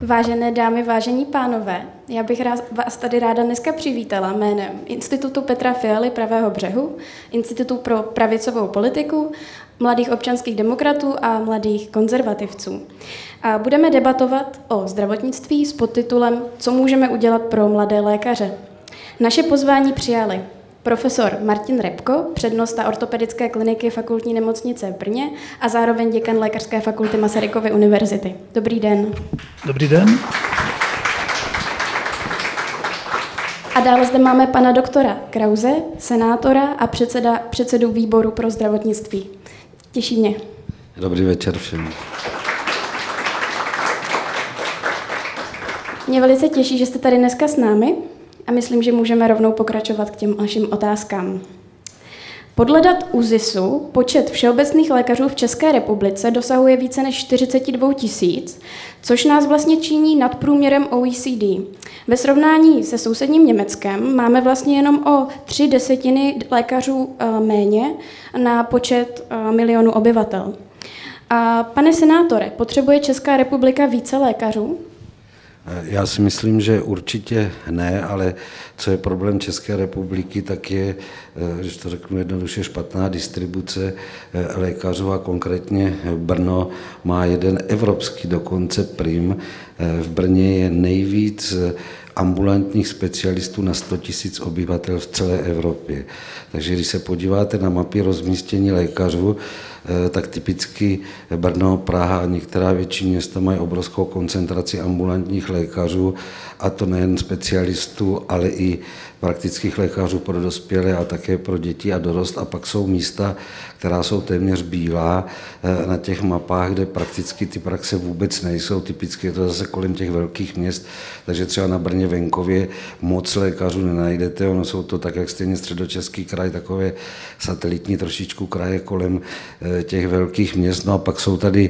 Vážené dámy, vážení pánové, já bych vás tady ráda dneska přivítala jménem Institutu Petra Fialy Pravého břehu, Institutu pro pravicovou politiku, mladých občanských demokratů a mladých konzervativců. A budeme debatovat o zdravotnictví s podtitulem Co můžeme udělat pro mladé lékaře. Naše pozvání přijali profesor Martin Repko, přednosta ortopedické kliniky Fakultní nemocnice v Brně a zároveň děkan Lékařské fakulty Masarykovy univerzity. Dobrý den. Dobrý den. A dále zde máme pana doktora Krause, senátora a předsedu výboru pro zdravotnictví. Těší mě. Dobrý večer všem. Mě velice těší, že jste tady dneska s námi a myslím, že můžeme rovnou pokračovat k těm našim otázkám. Podle dat ÚZISu počet všeobecných lékařů v České republice dosahuje více než 42 000, což nás vlastně činí nad průměrem OECD. Ve srovnání se sousedním Německem máme vlastně jenom o 0,3 lékařů méně na počet milionu obyvatel. A pane senátore, potřebuje Česká republika více lékařů? Já si myslím, že určitě ne, ale co je problém České republiky, tak je, když to řeknu jednoduše, špatná distribuce lékařů a konkrétně Brno má jeden evropský dokonce prim. V Brně je nejvíc ambulantních specialistů na 100 000 obyvatel v celé Evropě. Takže když se podíváte na mapy rozmístění lékařů, tak typicky Brno, Praha a některá větší města mají obrovskou koncentraci ambulantních lékařů, a to nejen specialistů, ale i praktických lékařů pro dospělé a také pro děti a dorost. A pak jsou místa, která jsou téměř bílá na těch mapách, kde prakticky ty praxe vůbec nejsou. Typicky je to zase kolem těch velkých měst, takže třeba na Brně venkově moc lékařů nenajdete. Ono jsou to tak, jak stejně Středočeský kraj, takové satelitní trošičku kraje kolem těch velkých měst. No a pak jsou tady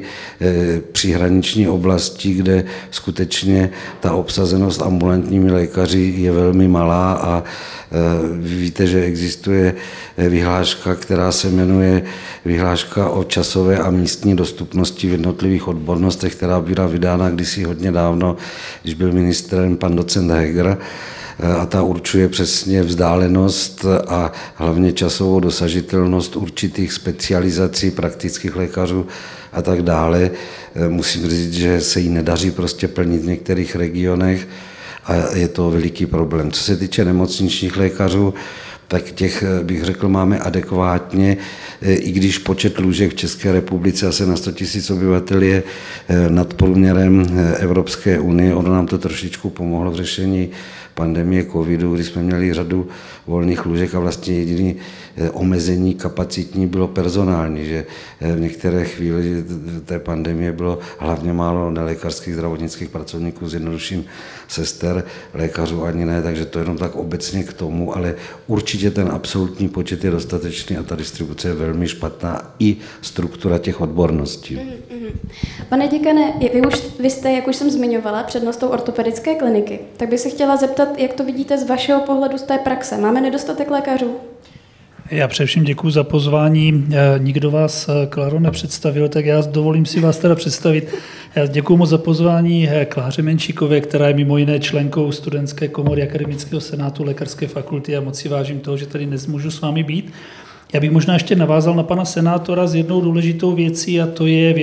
příhraniční oblasti, kde skutečně ta obsazenost ambulantními lékaři je velmi malá a vy víte, že existuje vyhláška, která se jmenuje vyhláška o časové a místní dostupnosti v jednotlivých odbornostech, která byla vydána kdysi hodně dávno, když byl ministrem pan docent Heger, a ta určuje přesně vzdálenost a hlavně časovou dosažitelnost určitých specializací praktických lékařů a tak dále. Musím říct, že se jí nedaří prostě plnit v některých regionech a je to veliký problém. Co se týče nemocničních lékařů, tak těch, bych řekl, máme adekvátně, i když počet lůžek v České republice asi na 100 000 obyvatel je nad průměrem Evropské unie. Ono nám to trošičku pomohlo v řešení pandemie covidu, kdy jsme měli řadu volných lůžek a vlastně jediné omezení kapacitní bylo personální, že v některé chvíli té pandemie bylo hlavně málo nelékařských zdravotnických pracovníků, zjednoduším sester, lékařů ani ne, takže to jenom tak obecně k tomu, ale určitě ten absolutní počet je dostatečný a ta distribuce je velmi špatná, i struktura těch odborností. Pane děkane, vy jste, jak už jsem zmiňovala, přednostou ortopedické kliniky, tak bych se chtěla zeptat, jak to vidíte z vašeho pohledu z té praxe. Máme nedostatek lékařů? Já především děkuji za pozvání. Nikdo vás, Klaro, nepředstavil, tak já dovolím si vás teda představit. Já děkuji moc za pozvání Kláře Menšíkové, která je mimo jiné členkou studentské komory Akademického senátu Lékařské fakulty a moc si vážím toho, že tady dnes můžu s vámi být. Já bych možná ještě navázal na pana senátora s jednou důležitou věcí, a to je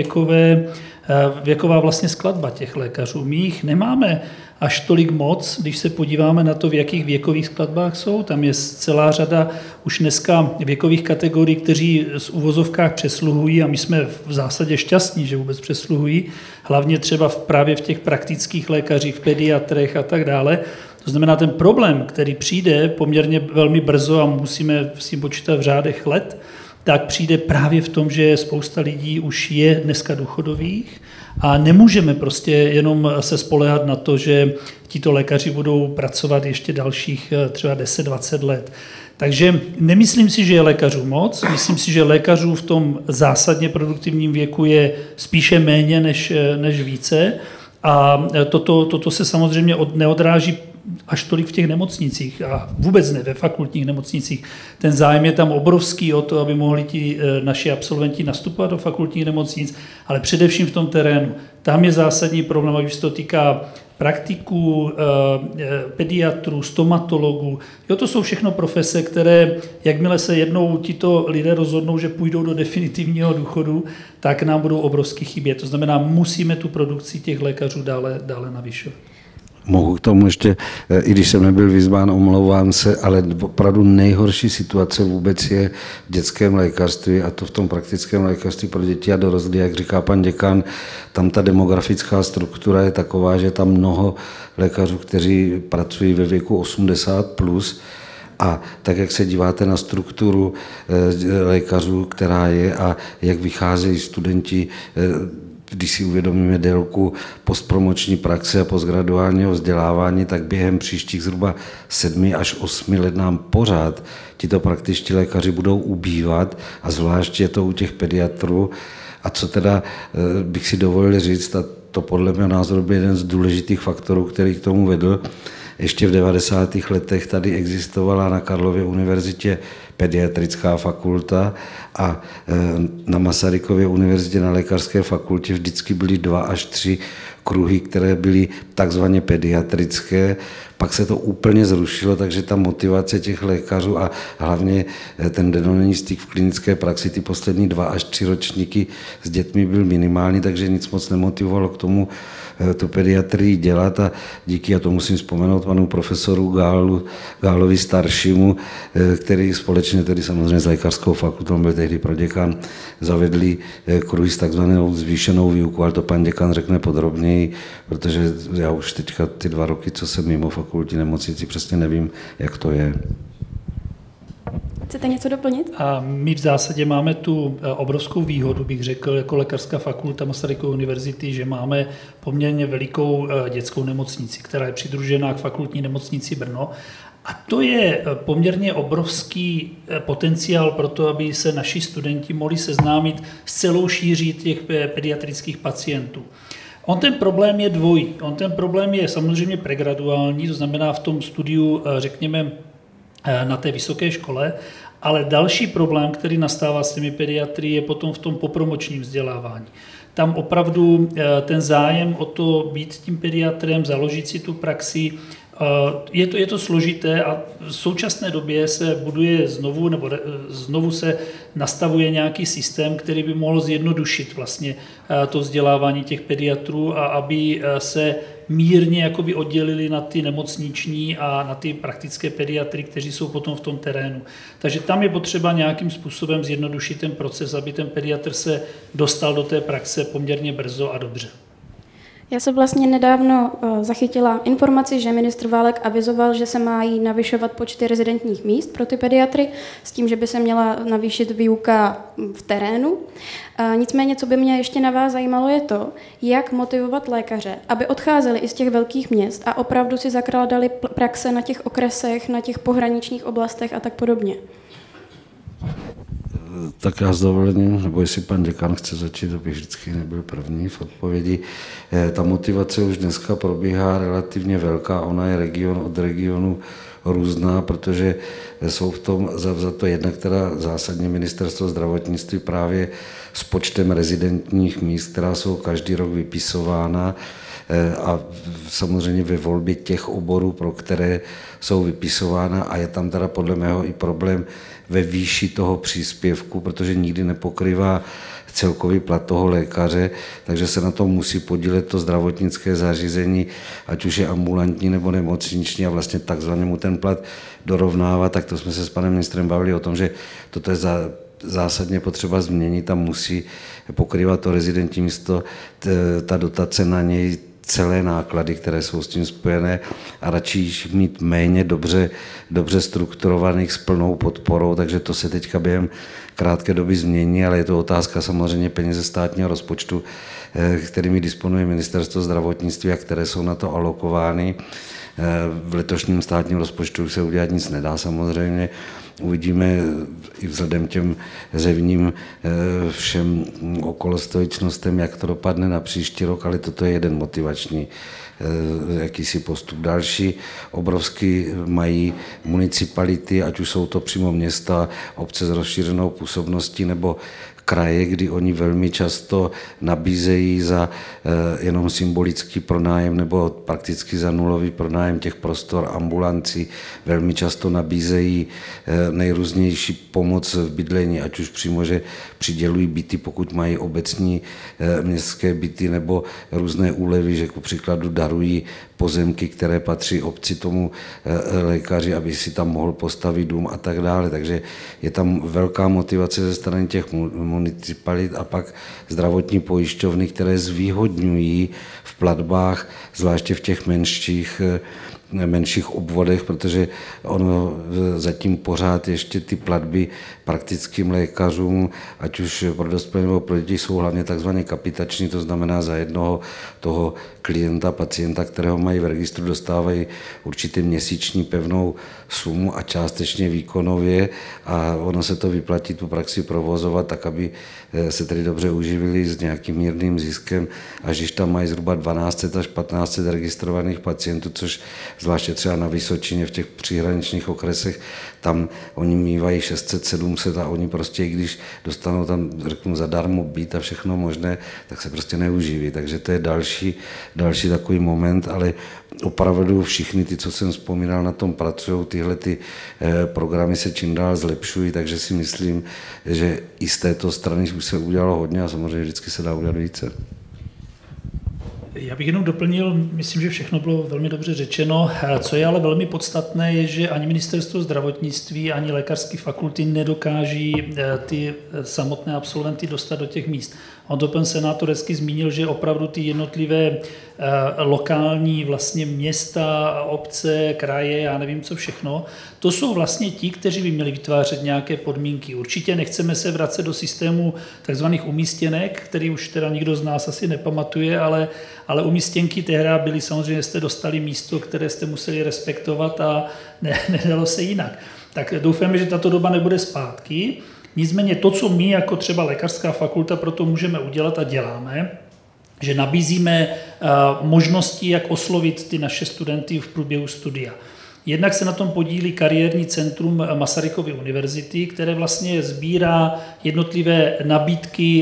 věková vlastně skladba těch lékařů. My jich nemáme až tolik moc, když se podíváme na to, v jakých věkových skladbách jsou. Tam je celá řada už dneska věkových kategorií, kteří z uvozovkách přesluhují, a my jsme v zásadě šťastní, že vůbec přesluhují, hlavně třeba právě v těch praktických lékařích, v pediatrech a tak dále. To znamená, ten problém, který přijde poměrně velmi brzo a musíme s tím počítat v řádech let, tak přijde právě v tom, že spousta lidí už je dneska důchodových a nemůžeme prostě jenom se spoléhat na to, že tito lékaři budou pracovat ještě dalších třeba 10-20 let. Takže nemyslím si, že je lékařů moc, myslím si, že lékařů v tom zásadně produktivním věku je spíše méně než více, a toto se samozřejmě neodráží až tolik v těch nemocnicích a vůbec ne ve fakultních nemocnicích. Ten zájem je tam obrovský o to, aby mohli ti naši absolventi nastupovat do fakultních nemocnic, ale především v tom terénu. Tam je zásadní problém, když se to týká praktiků, pediatrů, stomatologů. Jo, to jsou všechno profese, které, jakmile se jednou tito lidé rozhodnou, že půjdou do definitivního důchodu, tak nám budou obrovsky chybět. To znamená, musíme tu produkci těch lékařů dále navyšovat. Mohu k tomu ještě, i když jsem nebyl vyzván, omlouvám se, ale opravdu nejhorší situace vůbec je v dětském lékařství, a to v tom praktickém lékařství pro děti a doroslé, jak říká pan děkan, tam ta demografická struktura je taková, že tam mnoho lékařů, kteří pracují ve věku 80+, a tak, jak se díváte na strukturu lékařů, která je a jak vycházejí studenti, když si uvědomíme délku postpromoční praxe a postgraduálního vzdělávání, tak během příštích zhruba 7 až 8 let nám pořád tito praktičtí lékaři budou ubývat, a zvláště je to u těch pediatrů. A co teda bych si dovolil říct, a to podle mého názoru byl jeden z důležitých faktorů, který k tomu vedl. Ještě v 90. letech tady existovala na Karlově univerzitě pediatrická fakulta a na Masarykově univerzitě na lékařské fakultě vždycky byly 2 až 3 kruhy, které byly takzvaně pediatrické. Pak se to úplně zrušilo, takže ta motivace těch lékařů a hlavně ten denodenní styk v klinické praxi ty poslední 2 až 3 ročníky s dětmi byl minimální, takže nic moc nemotivovalo k tomu tu pediatrii dělat, a díky, a to musím vzpomenout, panu profesoru Gálovi staršímu, který společně tedy samozřejmě s lékařskou fakultou, byl tehdy proděkan, zavedli kruhy s takzvanou zvýšenou výuku, ale to pan děkan řekne podrobněji, protože já už teďka ty 2 roky, co jsem mimo fakultní nemocnici, přesně nevím, jak to je. Chcete něco doplnit? A my v zásadě máme tu obrovskou výhodu, bych řekl, jako lékařská fakulta Masarykovy univerzity, že máme poměrně velikou dětskou nemocnici, která je přidružená k fakultní nemocnici Brno. A to je poměrně obrovský potenciál pro to, aby se naši studenti mohli seznámit s celou šíří těch pediatrických pacientů. On ten problém je dvojí. On ten problém je samozřejmě pregraduální, to znamená v tom studiu, řekněme, na té vysoké škole, ale další problém, který nastává s těmi pediatry, je potom v tom popromočním vzdělávání. Tam opravdu ten zájem o to být tím pediatrem, založit si tu praxi, je to složité a v současné době se buduje znovu se nastavuje nějaký systém, který by mohl zjednodušit vlastně to vzdělávání těch pediatrů a aby se mírně jakoby oddělili na ty nemocniční a na ty praktické pediatry, kteří jsou potom v tom terénu. Takže tam je potřeba nějakým způsobem zjednodušit ten proces, aby ten pediatr se dostal do té praxe poměrně brzo a dobře. Já jsem vlastně nedávno zachytila informaci, že ministr Válek avizoval, že se mají navyšovat počty rezidentních míst pro ty pediatry, s tím, že by se měla navýšit výuka v terénu. Nicméně, co by mě ještě na vás zajímalo, je to, jak motivovat lékaře, aby odcházeli i z těch velkých měst a opravdu si zakládali praxe na těch okresech, na těch pohraničních oblastech a tak podobně. Tak já s dovolením, nebo jestli pan děkan chce začít, abych vždycky nebyl první v odpovědi. Ta motivace už dneska probíhá relativně velká, ona je region od regionu různá, protože jsou v tom za to jednak teda zásadně ministerstvo zdravotnictví právě s počtem rezidentních míst, která jsou každý rok vypisována, a samozřejmě ve volbě těch oborů, pro které jsou vypisována, a je tam teda podle mého i problém ve výši toho příspěvku, protože nikdy nepokrývá celkový plat toho lékaře, takže se na tom musí podílet to zdravotnické zařízení, ať už je ambulantní nebo nemocniční, a vlastně takzvaně mu ten plat dorovnává. Tak to jsme se s panem ministrem bavili o tom, že toto je zásadně potřeba změnit, tam musí pokrývat to rezidentní místo, ta dotace na něj, celé náklady, které jsou s tím spojené, a radši mít méně dobře strukturovaných s plnou podporou, takže to se teďka během krátké doby změní, ale je to otázka samozřejmě peněze státního rozpočtu, kterými disponuje ministerstvo zdravotnictví a které jsou na to alokovány. V letošním státním rozpočtu se udělat nic nedá samozřejmě, uvidíme i vzhledem těm zevním všem okolostojičnostem, jak to dopadne na příští rok, ale toto je jeden motivační jakýsi postup. Další obrovský mají municipality, ať už jsou to přímo města, obce s rozšířenou působností nebo kraje, kdy oni velmi často nabízejí za jenom symbolický pronájem nebo prakticky za nulový pronájem těch prostor ambulancí. Velmi často nabízejí nejrůznější pomoc v bydlení, ať už přímo, že přidělují byty, pokud mají obecní městské byty, nebo různé úlevy, že ku příkladu darují pozemky, které patří obci tomu lékaři, aby si tam mohl postavit dům a tak dále. Takže je tam velká motivace ze strany těch municipalit a pak zdravotní pojišťovny, které zvýhodňují v platbách, zvláště v těch menších obvodech, protože ono zatím pořád ještě ty platby praktickým lékařům, ať už pro dospělé nebo pro děti, jsou hlavně takzvaně kapitační, to znamená za jednoho toho klienta, pacienta, kterého mají v registru, dostávají určitě měsíční pevnou sumu a částečně výkonově a ono se to vyplatí tu praxi provozovat tak, aby se tedy dobře uživili s nějakým mírným ziskem, až když tam mají zhruba 1200 až 1500 registrovaných pacientů, což zvláště třeba na Vysočině v těch příhraničních okresech, tam oni mívají 600, 700 a oni prostě, i když dostanou tam, řeknu, zadarmo byt a všechno možné, tak se prostě neuživí. Takže to je další takový moment, ale opravdu všichni ty, co jsem vzpomínal, na tom pracují, tyhle ty programy se čím dál zlepšují, takže si myslím, že i z této strany už se udělalo hodně a samozřejmě vždycky se dá udělat více. Já bych jenom doplnil, myslím, že všechno bylo velmi dobře řečeno. Co je ale velmi podstatné, je, že ani ministerstvo zdravotnictví, ani lékařské fakulty nedokáží ty samotné absolventy dostat do těch míst. On to pan senátor hezky zmínil, že opravdu ty jednotlivé lokální vlastně města, obce, kraje, já nevím co všechno, to jsou vlastně ti, kteří by měli vytvářet nějaké podmínky. Určitě nechceme se vracet do systému takzvaných umístěnek, který už teda nikdo z nás asi nepamatuje, ale umístěnky tehdy byly samozřejmě, jste dostali místo, které jste museli respektovat a nedalo se jinak. Tak doufáme, že tato doba nebude zpátky. Nicméně to, co my jako třeba lékařská fakulta proto můžeme udělat a děláme, že nabízíme možnosti, jak oslovit ty naše studenty v průběhu studia. Jednak se na tom podílí kariérní centrum Masarykovy univerzity, které vlastně sbírá jednotlivé nabídky,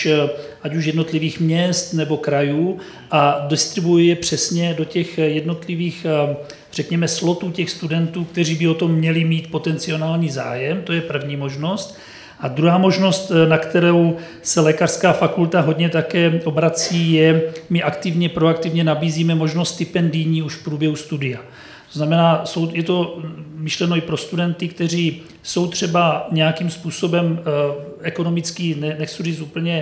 ať už jednotlivých měst nebo krajů a distribuuje je přesně do těch jednotlivých, řekněme, slotů těch studentů, kteří by o tom měli mít potenciální zájem. To je první možnost. A druhá možnost, na kterou se lékařská fakulta hodně také obrací, je, my proaktivně nabízíme možnost stipendijní už v průběhu studia. To znamená, je to myšleno i pro studenty, kteří jsou třeba nějakým způsobem ekonomicky, nechci říct úplně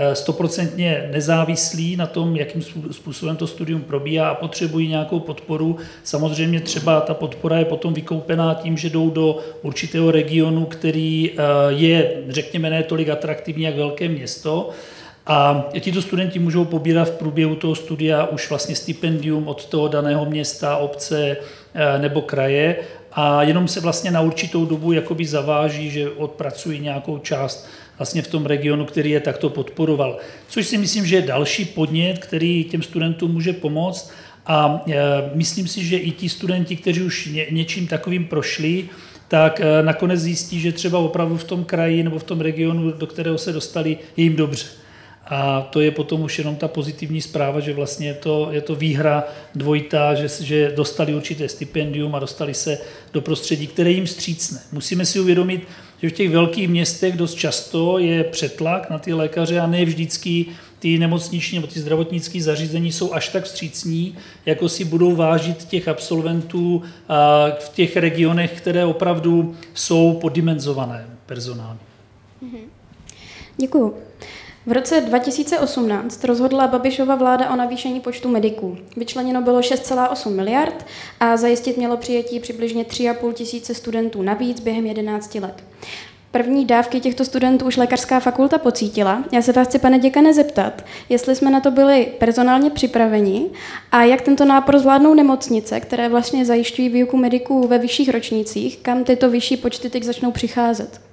100% nezávislí na tom, jakým způsobem to studium probíhá a potřebují nějakou podporu. Samozřejmě třeba ta podpora je potom vykoupená tím, že jdou do určitého regionu, který je, řekněme, ne tolik atraktivní jak velké město. A tito studenti můžou pobírat v průběhu toho studia už vlastně stipendium od toho daného města, obce nebo kraje a jenom se vlastně na určitou dobu jakoby zaváží, že odpracují nějakou část vlastně v tom regionu, který je takto podporoval. Což si myslím, že je další podnět, který těm studentům může pomoct a myslím si, že i ti studenti, kteří už něčím takovým prošli, tak nakonec zjistí, že třeba opravdu v tom kraji nebo v tom regionu, do kterého se dostali, je jim dobře. A to je potom už jenom ta pozitivní zpráva, že vlastně je to výhra dvojitá, že dostali určité stipendium a dostali se do prostředí, které jim vstřícne. Musíme si uvědomit, že v těch velkých městech dost často je přetlak na ty lékaře a ne vždycky ty nemocniční nebo ty zdravotnické zařízení jsou až tak vstřícní, jako si budou vážit těch absolventů v těch regionech, které opravdu jsou poddimenzované personálně. Děkuju. V roce 2018 rozhodla Babišova vláda o navýšení počtu mediků. Vyčleněno bylo 6,8 miliard a zajistit mělo přijetí přibližně 3,5 tisíce studentů navíc během 11 let. První dávky těchto studentů už lékařská fakulta pocítila. Já se vás chci, pane děkane, zeptat, jestli jsme na to byli personálně připraveni a jak tento nápor zvládnou nemocnice, které vlastně zajišťují výuku mediků ve vyšších ročnících, kam tyto vyšší počty teď začnou přicházet.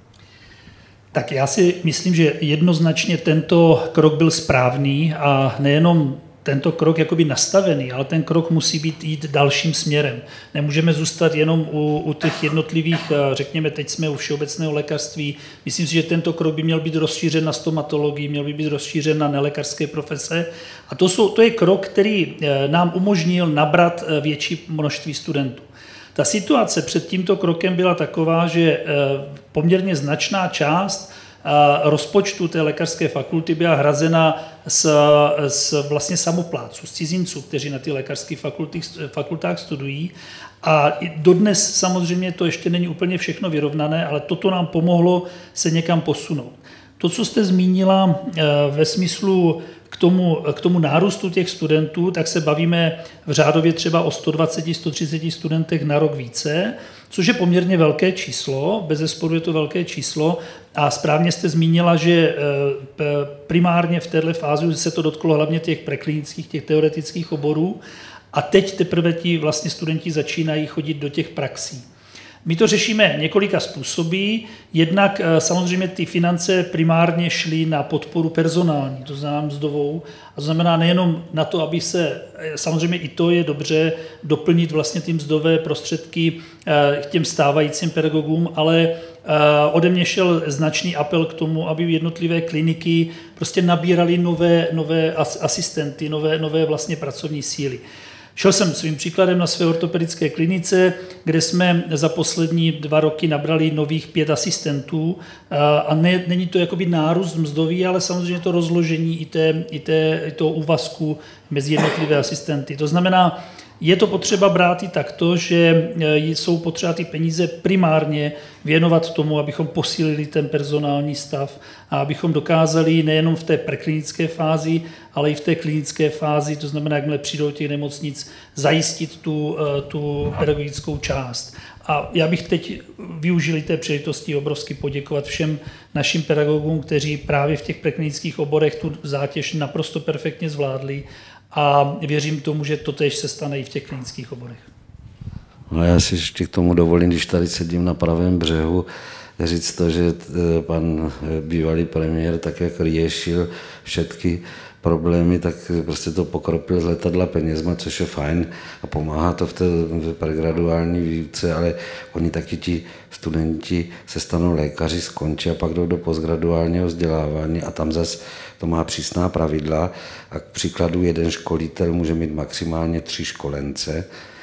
Tak já si myslím, že jednoznačně tento krok byl správný a nejenom tento krok jakoby nastavený, ale ten krok musí být jít dalším směrem. Nemůžeme zůstat jenom u těch jednotlivých, řekněme, teď jsme u všeobecného lékařství. Myslím si, že tento krok by měl být rozšířen na stomatologii, měl by být rozšířen na nelékařské profese. A to je krok, který nám umožnil nabrat větší množství studentů. Ta situace před tímto krokem byla taková, že poměrně značná část rozpočtu té lékařské fakulty byla hrazena z vlastně samoplátců, z cizinců, kteří na ty lékařské fakultách studují. A dodnes samozřejmě to ještě není úplně všechno vyrovnané, ale toto nám pomohlo se někam posunout. To, co jste zmínila ve smyslu k tomu nárůstu těch studentů, tak se bavíme v řádově třeba o 120-130 studentech na rok více, což je poměrně velké číslo, bezesporu je to velké číslo a správně jste zmínila, že primárně v této fázi se to dotklo hlavně těch preklinických, těch teoretických oborů a teď teprve ti vlastně studenti začínají chodit do těch praxí. My to řešíme několika způsoby. Jednak samozřejmě ty finance primárně šly na podporu personální, to znamená mzdovou. A to znamená nejenom na to, aby se, samozřejmě i to je dobře, doplnit vlastně ty mzdové prostředky k těm stávajícím pedagogům, ale ode mě šel značný apel k tomu, aby jednotlivé kliniky prostě nabíraly nové asistenty, nové vlastně pracovní síly. Šel jsem svým příkladem na své ortopedické klinice, kde jsme za poslední 2 roky nabrali nových 5 asistentů a není to jakoby nárůst mzdový, ale samozřejmě to rozložení i toho úvazku mezi jednotlivé asistenty. To znamená, je to potřeba brát i takto, že jsou potřeba ty peníze primárně věnovat tomu, abychom posílili ten personální stav a abychom dokázali nejenom v té preklinické fázi, ale i v té klinické fázi, to znamená, jakmile přijdou do těch nemocnic, zajistit tu pedagogickou část. A já bych teď využil té příležitosti obrovsky poděkovat všem našim pedagogům, kteří právě v těch preklinických oborech tu zátěž naprosto perfektně zvládli a věřím tomu, že to též se stane i v těch klinických oborech. No já si ještě k tomu dovolím, když tady sedím na pravém břehu, říct to, že pan bývalý premiér tak, jak řešil všetky problémy, tak prostě to pokropil z letadla penězma, což je fajn a pomáhá to v té pregraduální výuce, ale oni taky ti studenti se stanou lékaři, skončí a pak jdou do postgraduálního vzdělávání a tam zase to má přísná pravidla a k příkladu jeden školitel může mít maximálně 3 školence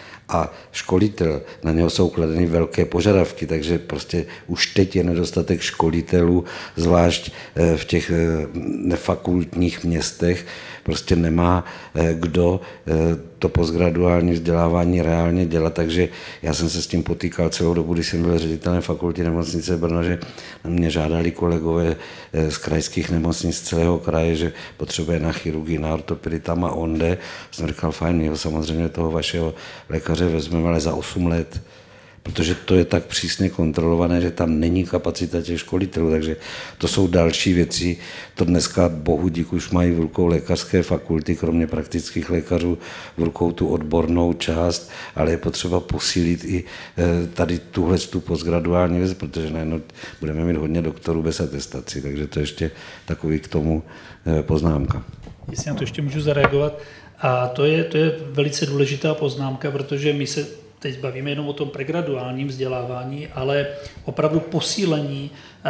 a školitel, na něho jsou kladeny velké požadavky, takže prostě už teď je nedostatek školitelů, zvlášť v těch nefakultních městech, prostě nemá kdo to postgraduální vzdělávání reálně dělat, takže já jsem se s tím potýkal celou dobu, když jsem byl ředitelem fakulty nemocnice Brno, že mě žádali kolegové z krajských nemocnic celého kraje, že potřebuje na chirurgii, na ortopedii tam a onde. Jsem říkal, fajn, jeho samozřejmě toho vašeho lékaře vezmeme, ale za 8 let, protože to je tak přísně kontrolované, že tam není kapacita těch školitelů, takže to jsou další věci. To dneska bohu dík už mají v rukou lékařské fakulty, kromě praktických lékařů, v rukou tu odbornou část, ale je potřeba posílit i tady tu postgraduální věc, protože najednou budeme mít hodně doktorů bez atestací, takže to ještě takový k tomu poznámka. Jestli na to ještě můžu zareagovat, a to je velice důležitá poznámka, protože my se teď bavíme jenom o tom pregraduálním vzdělávání, ale opravdu posílení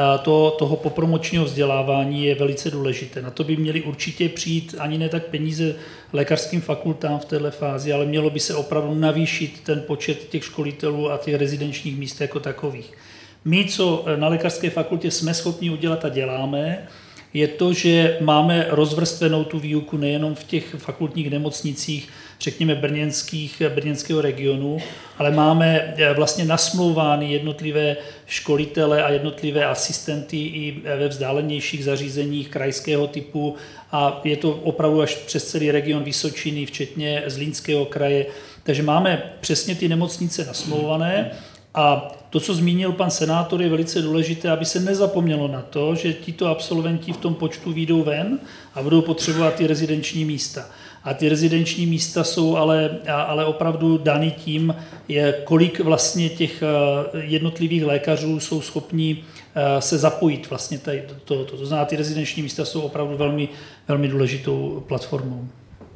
toho popromočního vzdělávání je velice důležité. Na to by měly určitě přijít ani ne tak peníze lékařským fakultám v této fázi, ale mělo by se opravdu navýšit ten počet těch školitelů a těch rezidenčních míst jako takových. My, co na lékařské fakultě jsme schopni udělat a děláme, je to, že máme rozvrstvenou tu výuku nejenom v těch fakultních nemocnicích, řekněme brněnského regionu, ale máme vlastně nasmlouvány jednotlivé školitele a jednotlivé asistenty i ve vzdálenějších zařízeních krajského typu a je to opravdu až přes celý region Vysočiny, včetně Zlínského kraje. Takže máme přesně ty nemocnice nasmlouvané A to, co zmínil pan senátor, je velice důležité, aby se nezapomnělo na to, že tito absolventi v tom počtu vyjdou ven a budou potřebovat ty rezidenční místa. A ty rezidenční místa jsou ale opravdu daný tím, kolik vlastně těch jednotlivých lékařů jsou schopni se zapojit vlastně tady do tohoto. To znamená, ty rezidenční místa jsou opravdu velmi, velmi důležitou platformou.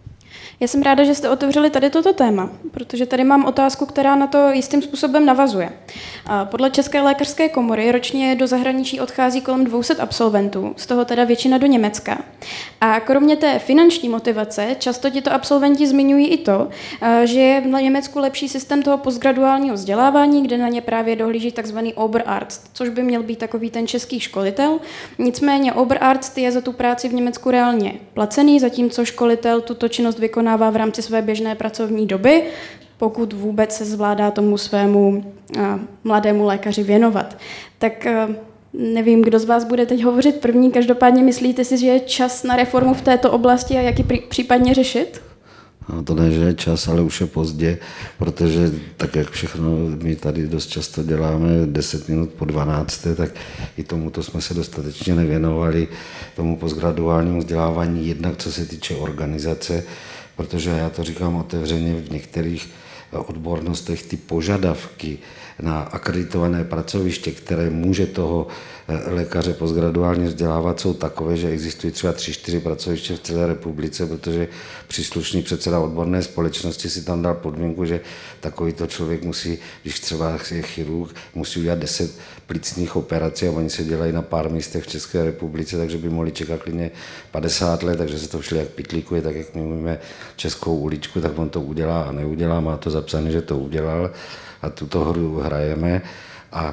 Já jsem ráda, že jste otevřeli tady toto téma, protože tady mám otázku, která na to jistým způsobem navazuje. Podle České lékařské komory ročně do zahraničí odchází kolem 200 absolventů, z toho teda většina do Německa. A kromě té finanční motivace často tito absolventi zmiňují i to, že je v Německu lepší systém toho postgraduálního vzdělávání, kde na ně právě dohlíží takzvaný Oberarzt, což by měl být takový ten český školitel. Nicméně Oberarzt je za tu práci v Německu reálně placený, zatímco školitel tuto činnost vykonává v rámci své běžné pracovní doby, pokud vůbec se zvládá tomu svému mladému lékaři věnovat. Tak nevím, kdo z vás bude teď hovořit první, každopádně myslíte si, že je čas na reformu v této oblasti a jak ji případně řešit? No, to ne, že je čas, ale už je pozdě, protože tak, jak všechno my tady dost často děláme 10 minut po 12, tak i tomuto jsme se dostatečně nevěnovali, tomu postgraduálnímu vzdělávání, jednak co se týče organizace, protože já to říkám otevřeně, v některých odbornostech ty požadavky na akreditované pracoviště, které může toho lékaře postgraduálně vzdělávat, jsou takové, že existují třeba 3-4 pracoviště v celé republice, protože příslušný předseda odborné společnosti si tam dal podmínku, že takovýto člověk musí, když třeba je chirurg, musí udělat 10 plicních operací a oni se dělají na pár místech v České republice, takže by mohli čekat klidně 50 let, takže se to všelijak pitlíkuje, tak jak my mluvíme Českou uličku, tak on to udělá a neudělá, má to zapsané, že to udělal a tuto hru hrajeme a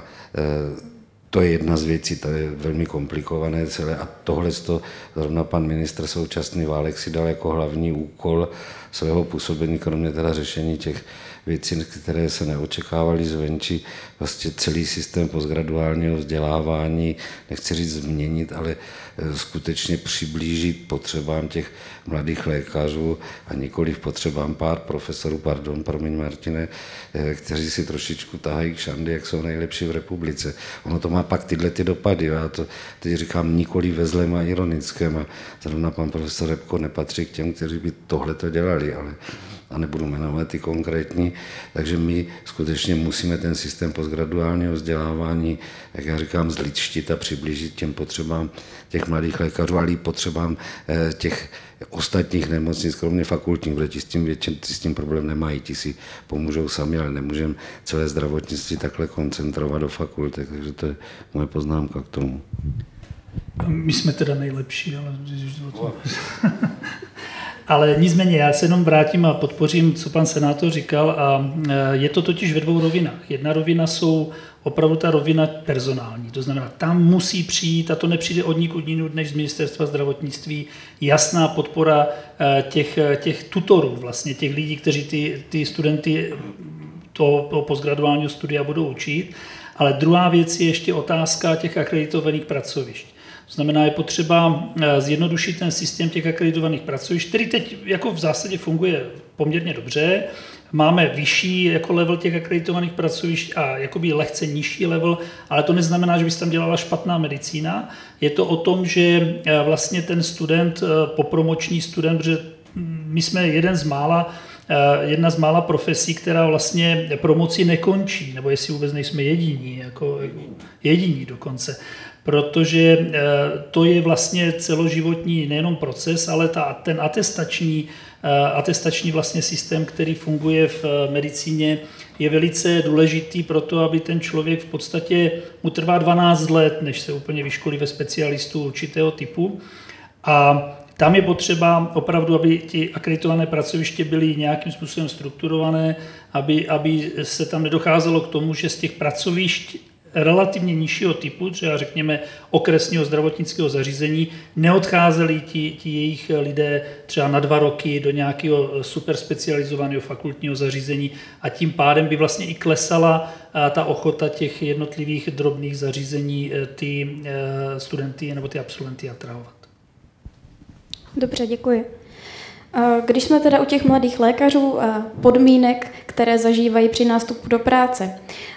to je jedna z věcí, to je velmi komplikované celé a tohle zrovna pan ministr současný Válek si dal jako hlavní úkol svého působení, kromě teda řešení těch věcí, které se neočekávaly zvenčí, vlastně celý systém postgraduálního vzdělávání, nechci říct změnit, ale skutečně přiblížit potřebám těch mladých lékařů a nikoliv potřebám pár profesorů, promiň Martine, kteří si trošičku tahají k šandy, jak jsou nejlepší v republice. Ono to má pak tyhle ty dopady, já to teď říkám nikoliv ve zlém a ironickém a zrovna pan profesor Repko nepatří k těm, kteří by tohle to dělali, ale a nebudu jmenovat ty konkrétní, takže my skutečně musíme ten systém postgraduálního vzdělávání, jak já říkám, zlidštit a přiblížit těm potřebám těch mladých lékařů, ale i potřebám těch ostatních nemocnic, kromě fakultních, protože ti s tím problém nemají, ti si pomůžou sami, ale nemůžeme celé zdravotnictví takhle koncentrovat do fakulty, takže to je moje poznámka k tomu. My jsme teda nejlepší, ale... Ale nicméně já se jenom vrátím a podpořím, co pan senátor říkal a je to totiž ve dvou rovinách. Jedna rovina jsou opravdu ta rovina personální, to znamená, tam musí přijít, a to nepřijde od nikud jinud než z ministerstva zdravotnictví, jasná podpora těch tutorů, vlastně těch lidí, kteří ty studenty toho postgraduálního studia budou učit. Ale druhá věc je ještě otázka těch akreditovaných pracovišť. To znamená, je potřeba zjednodušit ten systém těch akreditovaných pracovišť, který teď jako v zásadě funguje poměrně dobře. Máme vyšší jako level těch akreditovaných pracovišť a jakoby lehce nižší level, ale to neznamená, že by se tam dělala špatná medicína. Je to o tom, že vlastně ten student, popromoční student, protože my jsme jedna z mála profesí, která vlastně promoci nekončí, nebo jestli vůbec nejsme jediní, jako jediní dokonce. Protože to je vlastně celoživotní nejenom proces, ale ten atestační vlastně systém, který funguje v medicíně, je velice důležitý pro to, aby ten člověk v podstatě mu trvá 12 let, než se úplně vyškolí ve specialistu určitého typu. A tam je potřeba opravdu, aby ti akreditované pracoviště byly nějakým způsobem strukturované, aby se tam nedocházelo k tomu, že z těch pracovišť relativně nižšího typu, třeba řekněme okresního zdravotnického zařízení, neodcházeli ti jejich lidé třeba na 2 roky do nějakého superspecializovaného fakultního zařízení a tím pádem by vlastně i klesala ta ochota těch jednotlivých drobných zařízení ty studenty nebo ty absolventy atrahovat. Dobře, děkuji. Když jsme teda u těch mladých lékařů a podmínek, které zažívají při nástupu do práce,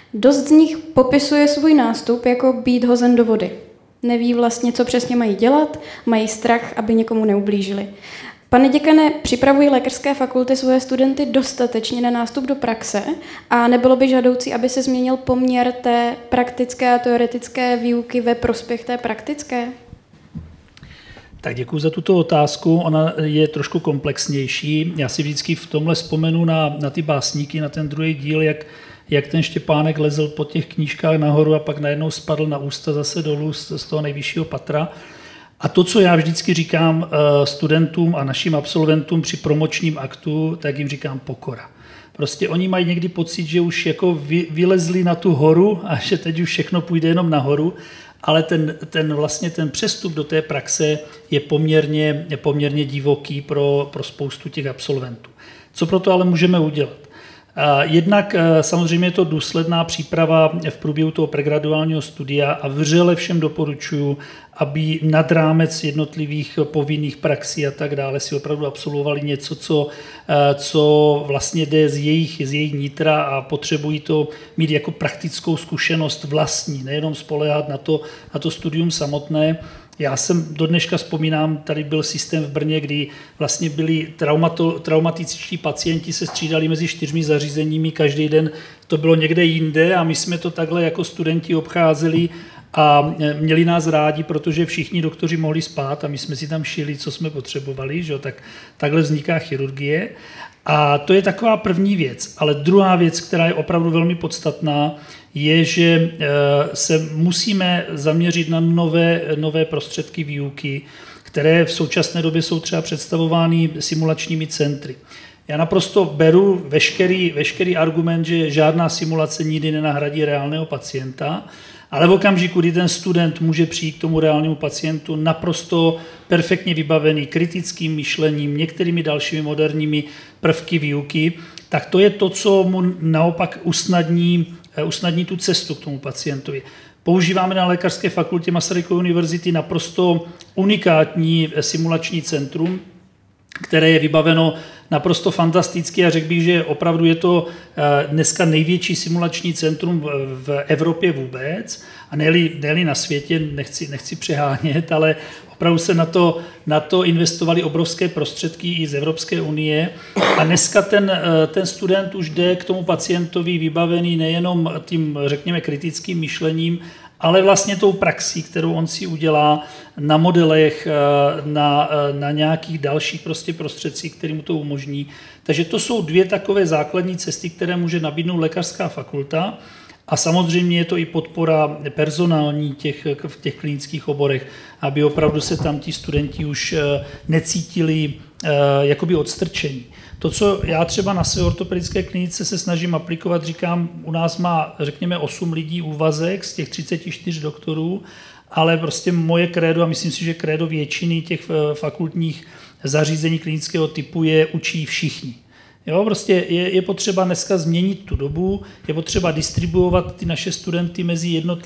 Dost z nich popisuje svůj nástup jako být hozen do vody. Neví vlastně, co přesně mají dělat, mají strach, aby někomu neublížili. Pane děkane, připravují lékařské fakulty svoje studenty dostatečně na nástup do praxe a nebylo by žádoucí, aby se změnil poměr té praktické a teoretické výuky ve prospěch té praktické? Tak děkuji za tuto otázku. Ona je trošku komplexnější. Já si vždycky v tomhle vzpomenu na ty básníky, na ten druhý díl, jak ten Štěpánek lezl po těch knížkách nahoru a pak najednou spadl na ústa zase dolů z toho nejvyššího patra. A to, co já vždycky říkám studentům a našim absolventům při promočním aktu, tak jim říkám pokora. Prostě oni mají někdy pocit, že už jako vylezli na tu horu a že teď už všechno půjde jenom nahoru, ale ten přestup do té praxe je poměrně divoký pro spoustu těch absolventů. Co pro to ale můžeme udělat? Jednak samozřejmě je to důsledná příprava v průběhu toho pregraduálního studia a vřele všem doporučuji, aby nad rámec jednotlivých povinných praxí a tak dále si opravdu absolvovali něco, co vlastně jde z jejich nitra a potřebují to mít jako praktickou zkušenost vlastní, nejenom spoléhat na to studium samotné. Já jsem do dneška vzpomínám, tady byl systém v Brně, kdy vlastně byli traumatičtí pacienti se střídali mezi 4 zařízeními, každý den to bylo někde jinde a my jsme to takhle jako studenti obcházeli a měli nás rádi, protože všichni doktoři mohli spát a my jsme si tam šili, co jsme potřebovali, že? Tak takhle vzniká chirurgie. A to je taková první věc. Ale druhá věc, která je opravdu velmi podstatná, je, že se musíme zaměřit na nové prostředky výuky, které v současné době jsou třeba představovány simulačními centry. Já naprosto beru veškerý argument, že žádná simulace nikdy nenahradí reálného pacienta, ale v okamžiku, kdy ten student může přijít k tomu reálnému pacientu naprosto perfektně vybavený kritickým myšlením, některými dalšími moderními prvky výuky, tak to je to, co mu naopak usnadní tu cestu k tomu pacientovi. Používáme na lékařské fakultě Masarykovy univerzity naprosto unikátní simulační centrum, které je vybaveno naprosto fantasticky a řekl bych, že opravdu je to dneska největší simulační centrum v Evropě vůbec a ne-li na světě, nechci přehánět, ale opravdu se na to investovali obrovské prostředky i z Evropské unie a dneska ten student už jde k tomu pacientovi vybavený nejenom tím, řekněme, kritickým myšlením, ale vlastně tou praxí, kterou on si udělá na modelech, na nějakých dalších prostě prostředcích, které mu to umožní. Takže to jsou 2 takové základní cesty, které může nabídnout lékařská fakulta a samozřejmě je to i podpora personální v těch klinických oborech, aby opravdu se tam ti studenti už necítili jakoby odstrčení. To, co já třeba na své ortopedické klinice se snažím aplikovat, říkám, u nás má, řekněme, 8 lidí úvazek z těch 34 doktorů, ale prostě moje krédo, a myslím si, že krédo většiny těch fakultních zařízení klinického typu je učí všichni. Jo, prostě je potřeba dneska změnit tu dobu, je potřeba distribuovat ty naše studenty mezi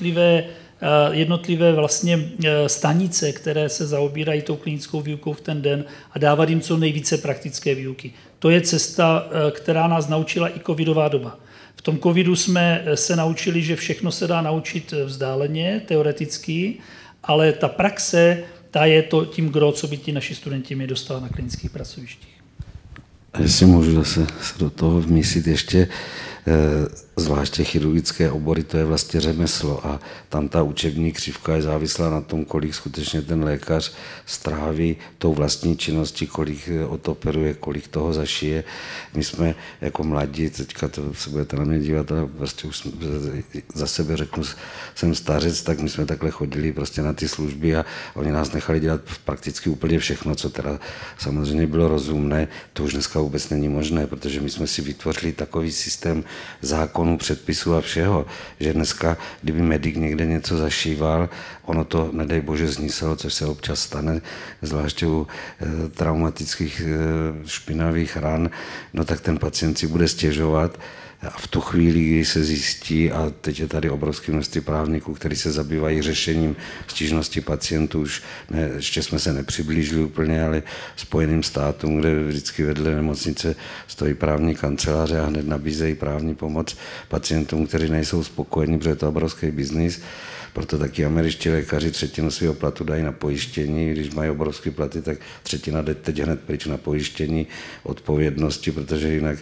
jednotlivé vlastně stanice, které se zaobírají tou klinickou výukou v ten den a dávat jim co nejvíce praktické výuky. To je cesta, která nás naučila i covidová doba. V tom covidu jsme se naučili, že všechno se dá naučit vzdáleně, teoreticky, ale ta praxe, ta je to tím gro, co by ti naši studenti měli dostat na klinických pracovištích. A jestli můžu zase se do toho vmísit ještě, zvláště chirurgické obory, to je vlastně řemeslo a tam ta učební křivka je závislá na tom, kolik skutečně ten lékař stráví tou vlastní činností, kolik otoperuje, kolik toho zašije. My jsme jako mladí, teďka to se budete na mě dívat, ale prostě už za sebe řeknu, jsem stařec, tak my jsme takhle chodili prostě na ty služby a oni nás nechali dělat prakticky úplně všechno, co teda samozřejmě bylo rozumné. To už dneska vůbec není možné, protože my jsme si vytvořili takový systém zákonů, předpisů a všeho, že dneska, kdyby medic někde něco zašíval, ono to, nedej bože, zníselo, což se občas stane, zvláště u traumatických špinavých ran, no tak ten pacient si bude stěžovat, A v tu chvíli, kdy se zjistí, a teď je tady obrovské množství právníků, kteří se zabývají řešením stížnosti pacientů, už ne, ještě jsme se nepřiblížili úplně, ale Spojeným státům, kde vždycky vedle nemocnice stojí právní kanceláře a hned nabízejí právní pomoc pacientům, kteří nejsou spokojení, protože je to obrovský biznis. Proto taky američtí lékaři 1/3 svého platu dají na pojištění. Když mají obrovské platy, tak 1/3 jde teď hned pryč na pojištění odpovědnosti, protože jinak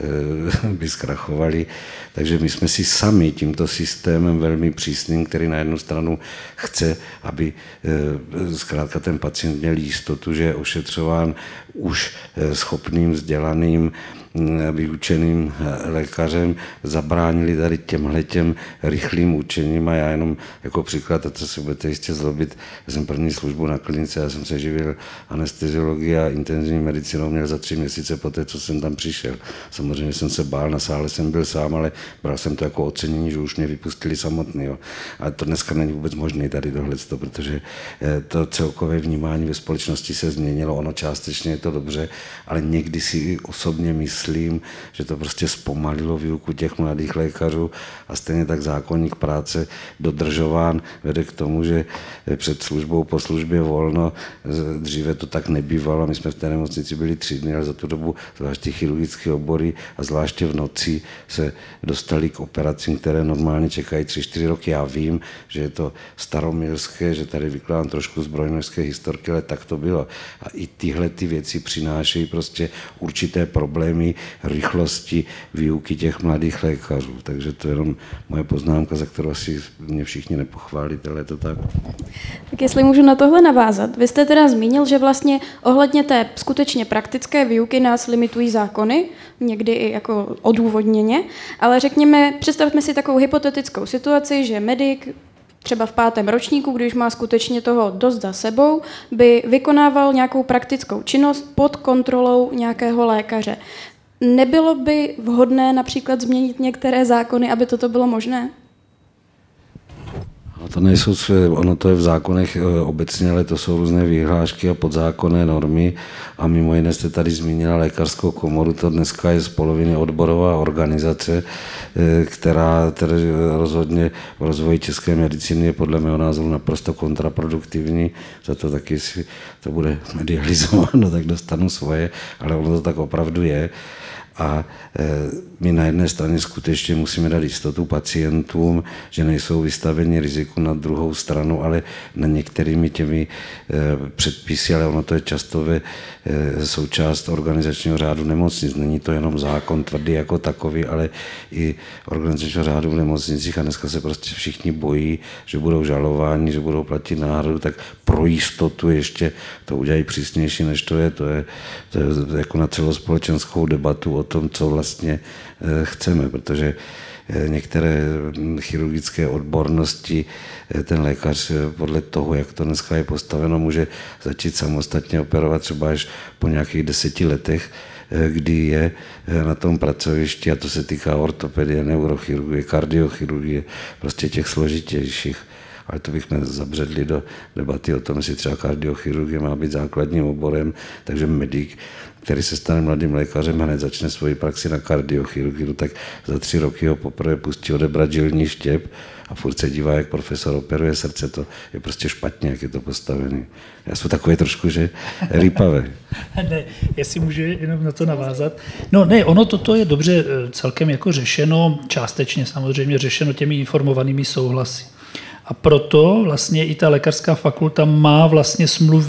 by zkrachovali. Takže my jsme si sami tímto systémem velmi přísným, který na jednu stranu chce, aby zkrátka ten pacient měl jistotu, že je ošetřován už schopným, vzdělaným, vyučeným lékařem, zabránili tady těmhletěm rychlým učením a já jenom jako příklad, a to se budete jistě zlobit, já jsem první službu na klinice, já jsem se živil anesteziologií a intenzivní medicínou měl za 3 měsíce po té, co jsem tam přišel. Samozřejmě jsem se bál, na sále jsem byl sám, ale bral jsem to jako ocenění, že už mě vypustili samotný. Jo. A to dneska není vůbec možné tady tohleto, protože to celkové vnímání ve společnosti se změnilo, ono částečně je to dobře, ale někdy si osobně myslím, že to prostě zpomalilo výuku těch mladých lékařů a stejně tak zákoník práce dodržován vede k tomu, že před službou, po službě volno, dříve to tak nebývalo, my jsme v té nemocnici byli 3 dny, ale za tu dobu zvláště chirurgické obory a zvláště v noci se dostali k operacím, které normálně čekají 3-4 roky. Já vím, že je to staromilské, že tady vykládám trošku zbrojnovské historky, ale tak to bylo. A i tyhle ty věci přinášejí prostě určité problémy rychlosti výuky těch mladých lékařů. Takže to je jenom moje poznámka, za kterou asi mě všichni nepochválíte, ale je to tak. Tak jestli můžu na tohle navázat. Vy jste teda zmínil, že vlastně ohledně té skutečně praktické výuky nás limitují zákony, někdy i jako odůvodněně, ale řekněme, představme si takovou hypotetickou situaci, že medic třeba v 5. ročníku, když má skutečně toho dost za sebou, by vykonával nějakou praktickou činnost pod kontrolou nějakého lékaře. Nebylo by vhodné například změnit některé zákony, aby toto bylo možné? To nejsou, ono to je v zákonech obecně, ale to jsou různé vyhlášky a podzákonné normy a mimo jiné jste tady zmínila lékařskou komoru, to dneska je z poloviny odborová organizace, která tedy rozhodně v rozvoji české medicíny je podle mého názoru naprosto kontraproduktivní, za to taky si to bude medializováno, tak dostanu svoje, ale ono to tak opravdu je. A my na jedné straně skutečně musíme dát jistotu pacientům, že nejsou vystaveni riziku, na druhou stranu, ale na některými těmi předpisy, ale ono to je často součást organizačního řádu nemocnic. Není to jenom zákon tvrdý jako takový, ale i organizačního řádu v nemocnicích a dneska se prostě všichni bojí, že budou žalováni, že budou platit náhradu, tak pro jistotu ještě to udělají přísnější, než to je. To je jako na celospolečenskou debatu o tom, co vlastně chceme, protože některé chirurgické odbornosti ten lékař podle toho, jak to dneska je postaveno, může začít samostatně operovat třeba až po nějakých 10 letech, kdy je na tom pracovišti, a to se týká ortopedie, neurochirurgie, kardiochirurgie, prostě těch složitějších. Ale to bychom zabředli do debaty o tom, jestli třeba kardiochirurgie má být základním oborem, takže medic, který se stane mladým lékařem a hned začne svoji praxi na kardiochirurgii, tak za 3 roky ho poprvé pustí odebrat žilní štěp a furt se dívá, jak profesor operuje srdce. To je prostě špatně, jak je to postavený. Já jsem takový trošku, že rýpavé. Ne, jestli můžu jenom na to navázat. No ne, ono toto je dobře celkem jako řešeno, částečně samozřejmě řešeno těmi informovanými souhlasy. A proto vlastně i ta lékařská fakulta má vlastně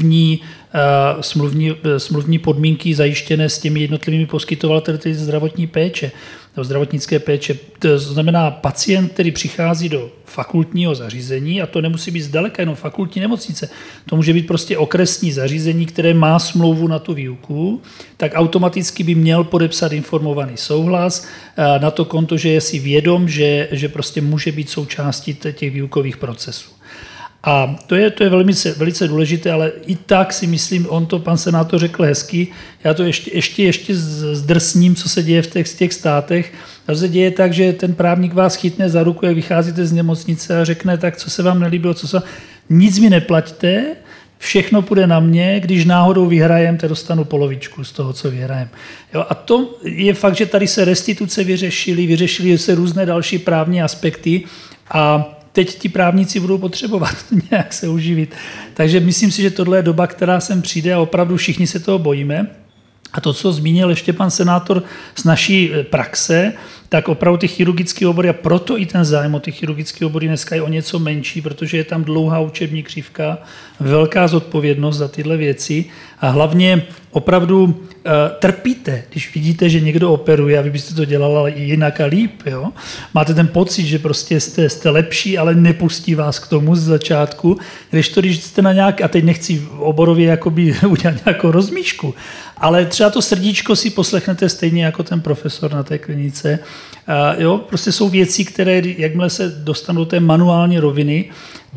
smluvní podmínky zajištěné s těmi jednotlivými poskytovateli zdravotní péče, nebo zdravotnické péče. To znamená pacient, který přichází do fakultního zařízení, a to nemusí být zdaleka jenom fakultní nemocnice, to může být prostě okresní zařízení, které má smlouvu na tu výuku, tak automaticky by měl podepsat informovaný souhlas na to konto, že je si vědom, že prostě může být součástí těch výukových procesů. A to je velice důležité, ale i tak si myslím, on to pan senátor řekl hezky, já to ještě zdrsním, co se děje v těch státech. To se děje tak, že ten právník vás chytne za ruku, jak vycházíte z nemocnice a řekne, tak co se vám nelíbilo, nic mi neplaťte, všechno půjde na mě, když náhodou vyhrajem, tak dostanu polovičku z toho, co vyhrajem. Jo, a to je fakt, že tady se restituce vyřešily se různé další právní aspekty a teď ti právníci budou potřebovat nějak se uživit. Takže myslím si, že tohle je doba, která sem přijde a opravdu všichni se toho bojíme. A to, co zmínil ještě pan senátor z naší praxe, tak opravdu ty chirurgické obory, a proto i ten zájem o ty chirurgické obory dneska je o něco menší, protože je tam dlouhá učební křivka, velká zodpovědnost za tyhle věci a hlavně opravdu trpíte, když vidíte, že někdo operuje a vy byste to dělala jinak a líp. Jo? Máte ten pocit, že prostě jste lepší, ale nepustí vás k tomu z začátku, když jste na nějak, a teď nechci oborově jakoby udělat nějakou rozmíšku, ale třeba to srdíčko si poslechnete stejně jako ten profesor na té klinice. Jo, prostě jsou věci, které, jakmile se dostanou do té manuální roviny,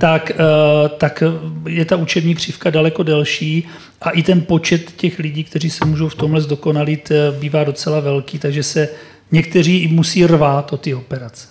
tak je ta učební křivka daleko delší a i ten počet těch lidí, kteří se můžou v tomhle zdokonalit, bývá docela velký, takže se někteří i musí rvát o ty operace.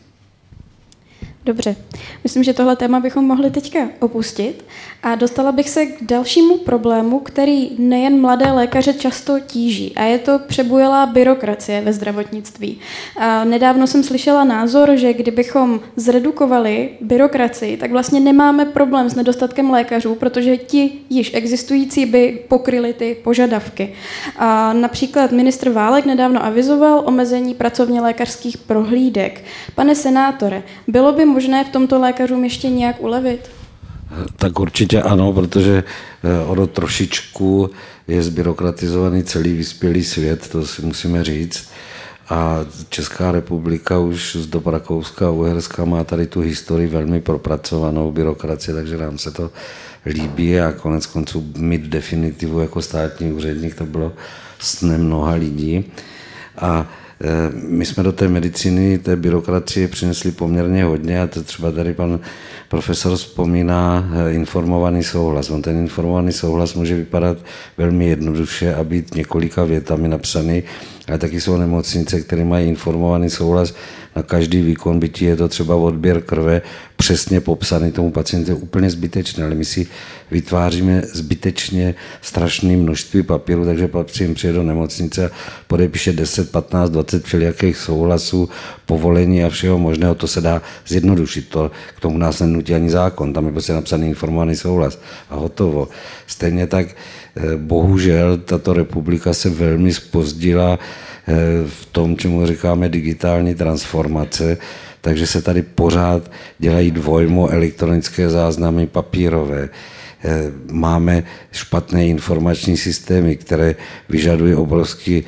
Dobře, myslím, že tohle téma bychom mohli teďka opustit a dostala bych se k dalšímu problému, který nejen mladé lékaře často tíží a je to přebujelá byrokracie ve zdravotnictví. A nedávno jsem slyšela názor, že kdybychom zredukovali byrokracii, tak vlastně nemáme problém s nedostatkem lékařů, protože ti již existující by pokryli ty požadavky. A například ministr Válek nedávno avizoval omezení pracovně lékařských prohlídek. Pane senátore, bylo by možné v tomto lékařům ještě nějak ulevit? Tak určitě ano, protože ono trošičku je zbyrokratizovaný celý vyspělý svět, to si musíme říct. A Česká republika už z dob Rakouska a Uherska má tady tu historii velmi propracovanou byrokracii, takže nám se to líbí a konec konců mít definitivu jako státní úředník, to bylo snem mnoha lidí. A my jsme do té medicíny, té byrokracie přinesli poměrně hodně a to třeba tady pan profesor vzpomíná informovaný souhlas. On ten informovaný souhlas může vypadat velmi jednoduše a být několika větami napsaný, ale taky jsou nemocnice, které mají informovaný souhlas na každý výkon, bytí je to třeba odběr krve, přesně popsaný tomu pacientu, úplně zbytečné, ale my si vytváříme zbytečně strašné množství papíru, takže pacient přijde do nemocnice a podepíše 10, 15, 20 všelijakých souhlasů, povolení a všeho možného, to se dá zjednodušit, to k tomu nás nenutí ani zákon, tam je prostě napsaný informovaný souhlas a hotovo. Stejně tak bohužel tato republika se velmi zpozdila v tom, čemu říkáme digitální transformace, takže se tady pořád dělají dvojmo elektronické záznamy papírové. Máme špatné informační systémy, které vyžadují obrovský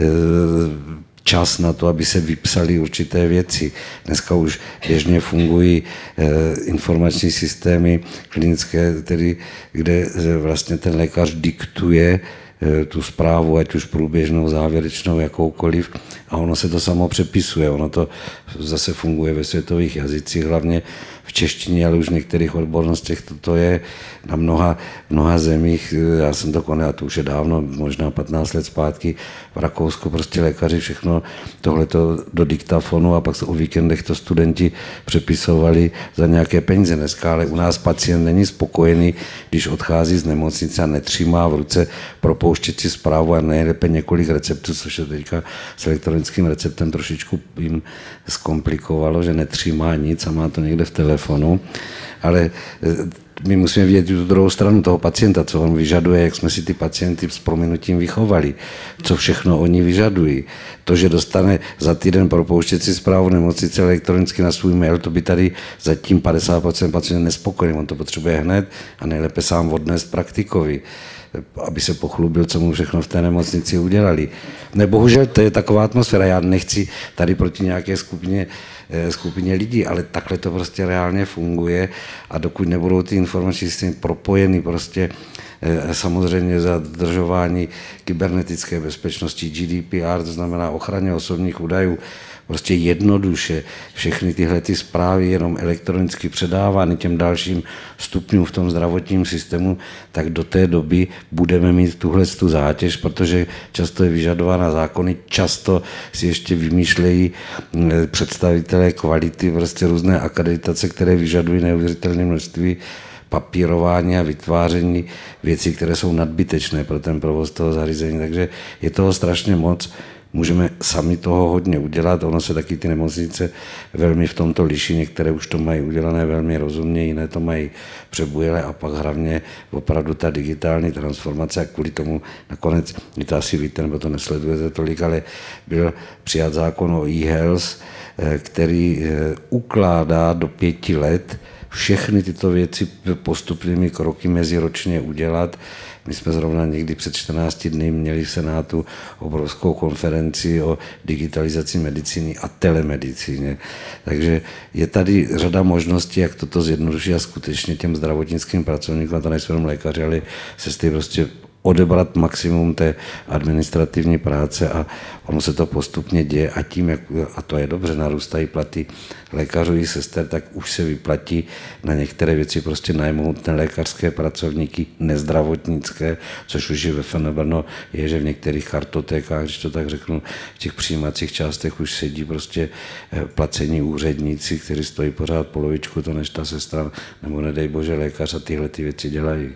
čas na to, aby se vypsaly určité věci. Dneska už běžně fungují informační systémy klinické, tedy, kde vlastně ten lékař diktuje tu zprávu, ať už průběžnou, závěrečnou, jakoukoliv, a ono se to samo přepisuje. Ono to zase funguje ve světových jazycích, hlavně v češtině, ale už v některých odbornostech to je na mnoha zemích. Já jsem to konal, a to už je dávno, možná 15 let zpátky, v Rakousku prostě lékaři všechno tohleto do diktafonu a pak o víkendech to studenti přepisovali za nějaké peníze. Dneska ale u nás pacient není spokojený, když odchází z nemocnice a netřímá v ruce propouštět si zprávu a nejlépe několik receptů, což je teďka s elektronickým receptem trošičku jim zkomplikovalo, že netřímá nic a má to někde v telefonu, ale my musíme vidět tu druhou stranu toho pacienta, co on vyžaduje, jak jsme si ty pacienty s prominutím vychovali, co všechno oni vyžadují. To, že dostane za týden propouštěcí zprávu nemocnice elektronicky na svůj mail, to by tady zatím 50% pacientů nespokojený, on to potřebuje hned a nejlépe sám odnést praktikovi, aby se pochlubil, co mu všechno v té nemocnici udělali. Bohužel to je taková atmosféra, já nechci tady proti nějaké skupině lidí, ale takhle to prostě reálně funguje a dokud nebudou ty informační systémy propojeny prostě samozřejmě za dodržování kybernetické bezpečnosti GDPR, to znamená ochraně osobních údajů, prostě jednoduše všechny tyhle ty zprávy jenom elektronicky předávány těm dalším stupňům v tom zdravotním systému, tak do té doby budeme mít tuhle tu zátěž, protože často je vyžadována zákony, často si ještě vymýšlejí představitelé kvality, prostě různé akreditace, které vyžadují neuvěřitelné množství papírování a vytváření věcí, které jsou nadbytečné pro ten provoz toho zařízení. Takže je toho strašně moc. Můžeme sami toho hodně udělat, ono se taky ty nemocnice velmi v tomto liší, některé už to mají udělané velmi rozumně, jiné to mají přebujele a pak hlavně opravdu ta digitální transformace a kvůli tomu nakonec, vy to asi víte, nebo to nesledujete tolik, ale byl přijat zákon o e-health, který ukládá do 5 let všechny tyto věci postupnými kroky meziročně udělat. My jsme zrovna někdy před 14 dny měli v Senátu obrovskou konferenci o digitalizaci medicíny a telemedicíně. Takže je tady řada možností, jak toto zjednodušit a skutečně těm zdravotnickým pracovníkům, a to nejsou jenom lékaři, ale sestry prostě odebrat maximum té administrativní práce a ono se to postupně děje a tím, a to je dobře, narůstají platy lékařů i sester, tak už se vyplatí na některé věci prostě najmout lékařské pracovníky, nezdravotnické, což už je ve FNB, je, že v některých kartotékách, když to tak řeknu, v těch přijímacích částech už sedí prostě placení úředníci, kteří stojí pořád polovičku to než ta sestra, nebo nedej bože lékař a tyhle ty věci dělají.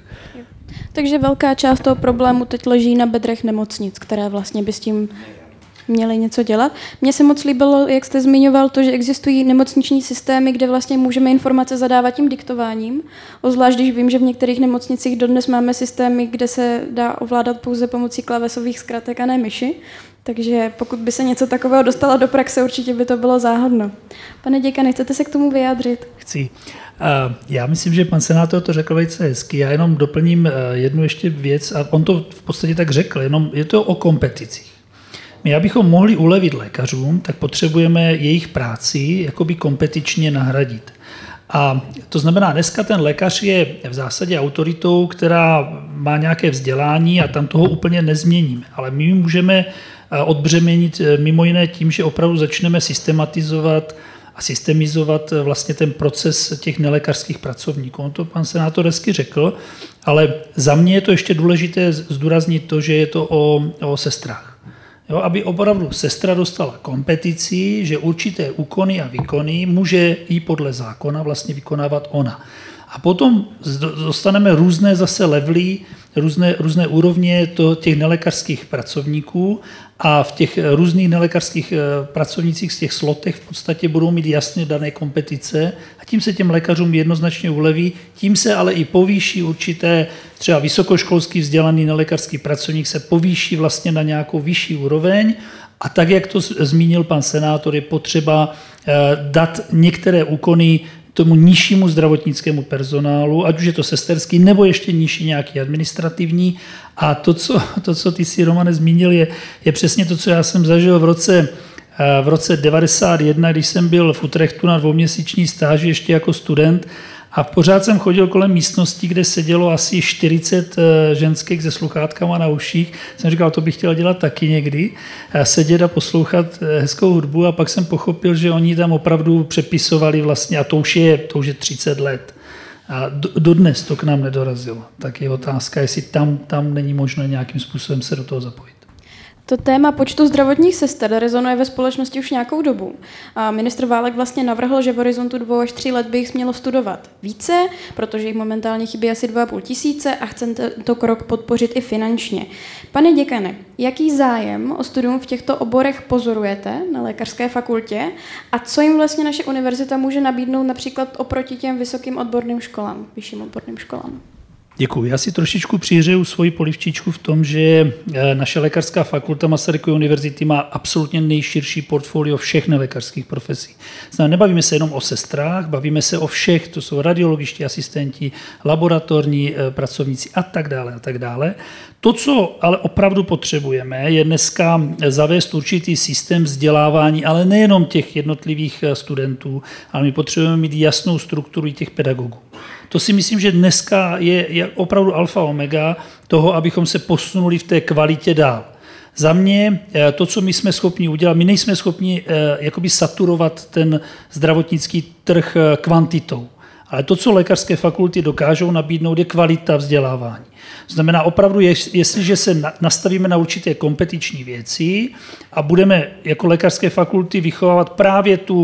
Takže velká část toho problému teď leží na bedrech nemocnic, které vlastně by s tím měly něco dělat. Mně se moc líbilo, jak jste zmiňoval to, že existují nemocniční systémy, kde vlastně můžeme informace zadávat tím diktováním. Ozvlášť, když vím, že v některých nemocnicích dodnes máme systémy, kde se dá ovládat pouze pomocí klávesových zkratek a ne myši. Takže pokud by se něco takového dostalo do praxe, určitě by to bylo záhodno. Pane děkane, chcete se k tomu vyjádřit? Chci. Já myslím, že pan senátor to řekl velice hezky. Já jenom doplním jednu ještě věc a on to v podstatě tak řekl, jenom je to o kompeticích. My, abychom mohli ulevit lékařům, tak potřebujeme jejich práci jakoby kompetičně nahradit. A to znamená, dneska ten lékař je v zásadě autoritou, která má nějaké vzdělání a tam toho úplně nezměníme. Ale my můžeme odbřemenit mimo jiné tím, že opravdu začneme systematizovat a systemizovat vlastně ten proces těch nelékařských pracovníků. On to pan senátor hezky řekl, ale za mě je to ještě důležité zdůraznit to, že je to o sestrách. Jo, aby opravdu sestra dostala kompetici, že určité úkony a výkony může i podle zákona vlastně vykonávat ona. A potom dostaneme různé zase levely, různé úrovně těch nelékařských pracovníků a v těch různých nelékařských pracovnících z těch slotech v podstatě budou mít jasně dané kompetice a tím se těm lékařům jednoznačně uleví, tím se ale i povýší určité, třeba vysokoškolský vzdělaný nelékařský pracovník se povýší vlastně na nějakou vyšší úroveň a tak, jak to zmínil pan senátor, je potřeba dát některé úkony tomu nižšímu zdravotnickému personálu, ať už je to sesterský, nebo ještě nižší nějaký administrativní. A to, co ty si, Romane, zmínil, je přesně to, co já jsem zažil v roce 91, když jsem byl v Utrechtu na 2měsíční stáži ještě jako student a pořád jsem chodil kolem místnosti, kde sedělo asi 40 ženských se sluchátkama na uších. Jsem říkal, to bych chtěl dělat taky někdy, sedět a poslouchat hezkou hudbu a pak jsem pochopil, že oni tam opravdu přepisovali vlastně a to už je 30 let. A dodnes to k nám nedorazilo. Tak je otázka, jestli tam není možné nějakým způsobem se do toho zapojit. To téma počtu zdravotních sester rezonuje ve společnosti už nějakou dobu. A ministr Válek vlastně navrhl, že v horizontu 2 až 3 let by jich mělo studovat více, protože jich momentálně chybí asi 2,5 tisíce a chce tento krok podpořit i finančně. Pane děkane, jaký zájem o studium v těchto oborech pozorujete na lékařské fakultě a co jim vlastně naše univerzita může nabídnout například oproti těm vysokým odborným školám, vyšším odborným školám? Děkuji. Já si trošičku přihřeju svoji polivčičku v tom, že naše lékařská fakulta Masarykovy univerzity má absolutně nejširší portfolio všech nelékařských profesí. Nebavíme se jenom o sestrách, bavíme se o všech, to jsou radiologičtí asistenti, laboratorní pracovníci a tak dále a tak dále. To, co ale opravdu potřebujeme, je dneska zavést určitý systém vzdělávání, ale nejenom těch jednotlivých studentů, ale my potřebujeme mít jasnou strukturu i těch pedagogů. To si myslím, že dneska je opravdu alfa omega toho, abychom se posunuli v té kvalitě dál. Za mě to, co my jsme schopni udělat, my nejsme schopni jakoby saturovat ten zdravotnický trh kvantitou. Ale to, co lékařské fakulty dokážou nabídnout, je kvalita vzdělávání. To znamená opravdu, jestliže se nastavíme na určité kompetiční věci a budeme jako lékařské fakulty vychovávat právě tu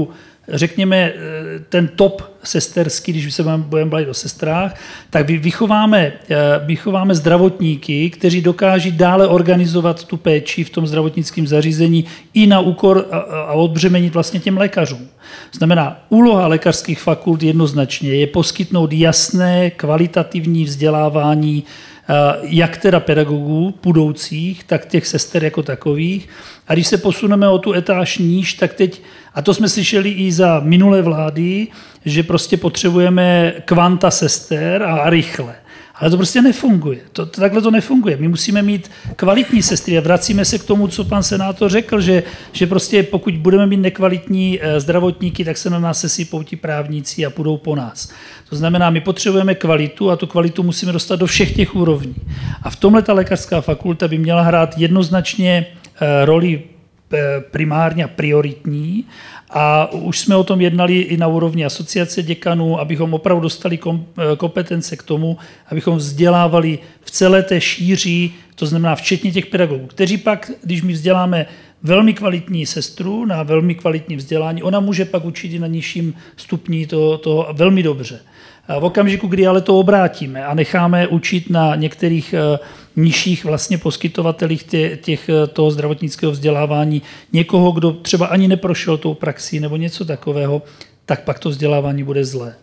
řekněme, ten top sesterský, když se budeme bavit o sestrách, tak vychováme zdravotníky, kteří dokáží dále organizovat tu péči v tom zdravotnickém zařízení i na úkor a odbřemenit vlastně těm lékařům. Znamená, úloha lékařských fakult jednoznačně je poskytnout jasné, kvalitativní vzdělávání jak teda pedagogů budoucích, tak těch sester jako takových. A když se posuneme o tu etáž níž, tak teď, a to jsme slyšeli i za minulé vlády, že prostě potřebujeme kvanta sester a rychle. Ale to prostě nefunguje. Takhle to nefunguje. My musíme mít kvalitní sestry a vracíme se k tomu, co pan senátor řekl, že prostě pokud budeme mít nekvalitní zdravotníky, tak se na nás sesypou ti právníci a půjdou po nás. To znamená, my potřebujeme kvalitu a tu kvalitu musíme dostat do všech těch úrovní. A v tomhle ta lékařská fakulta by měla hrát jednoznačně roli primárně a prioritní. A už jsme o tom jednali i na úrovni asociace děkanů, abychom opravdu dostali kompetence k tomu, abychom vzdělávali v celé té šíři, to znamená včetně těch pedagogů, kteří pak, když my vzděláme velmi kvalitní sestru na velmi kvalitní vzdělání, ona může pak učit i na nižším stupni to velmi dobře. A v okamžiku, kdy ale to obrátíme a necháme učit na některých nižších vlastně poskytovatelích toho zdravotnického vzdělávání někoho, kdo třeba ani neprošel tou praxí nebo něco takového, tak pak to vzdělávání bude zlé.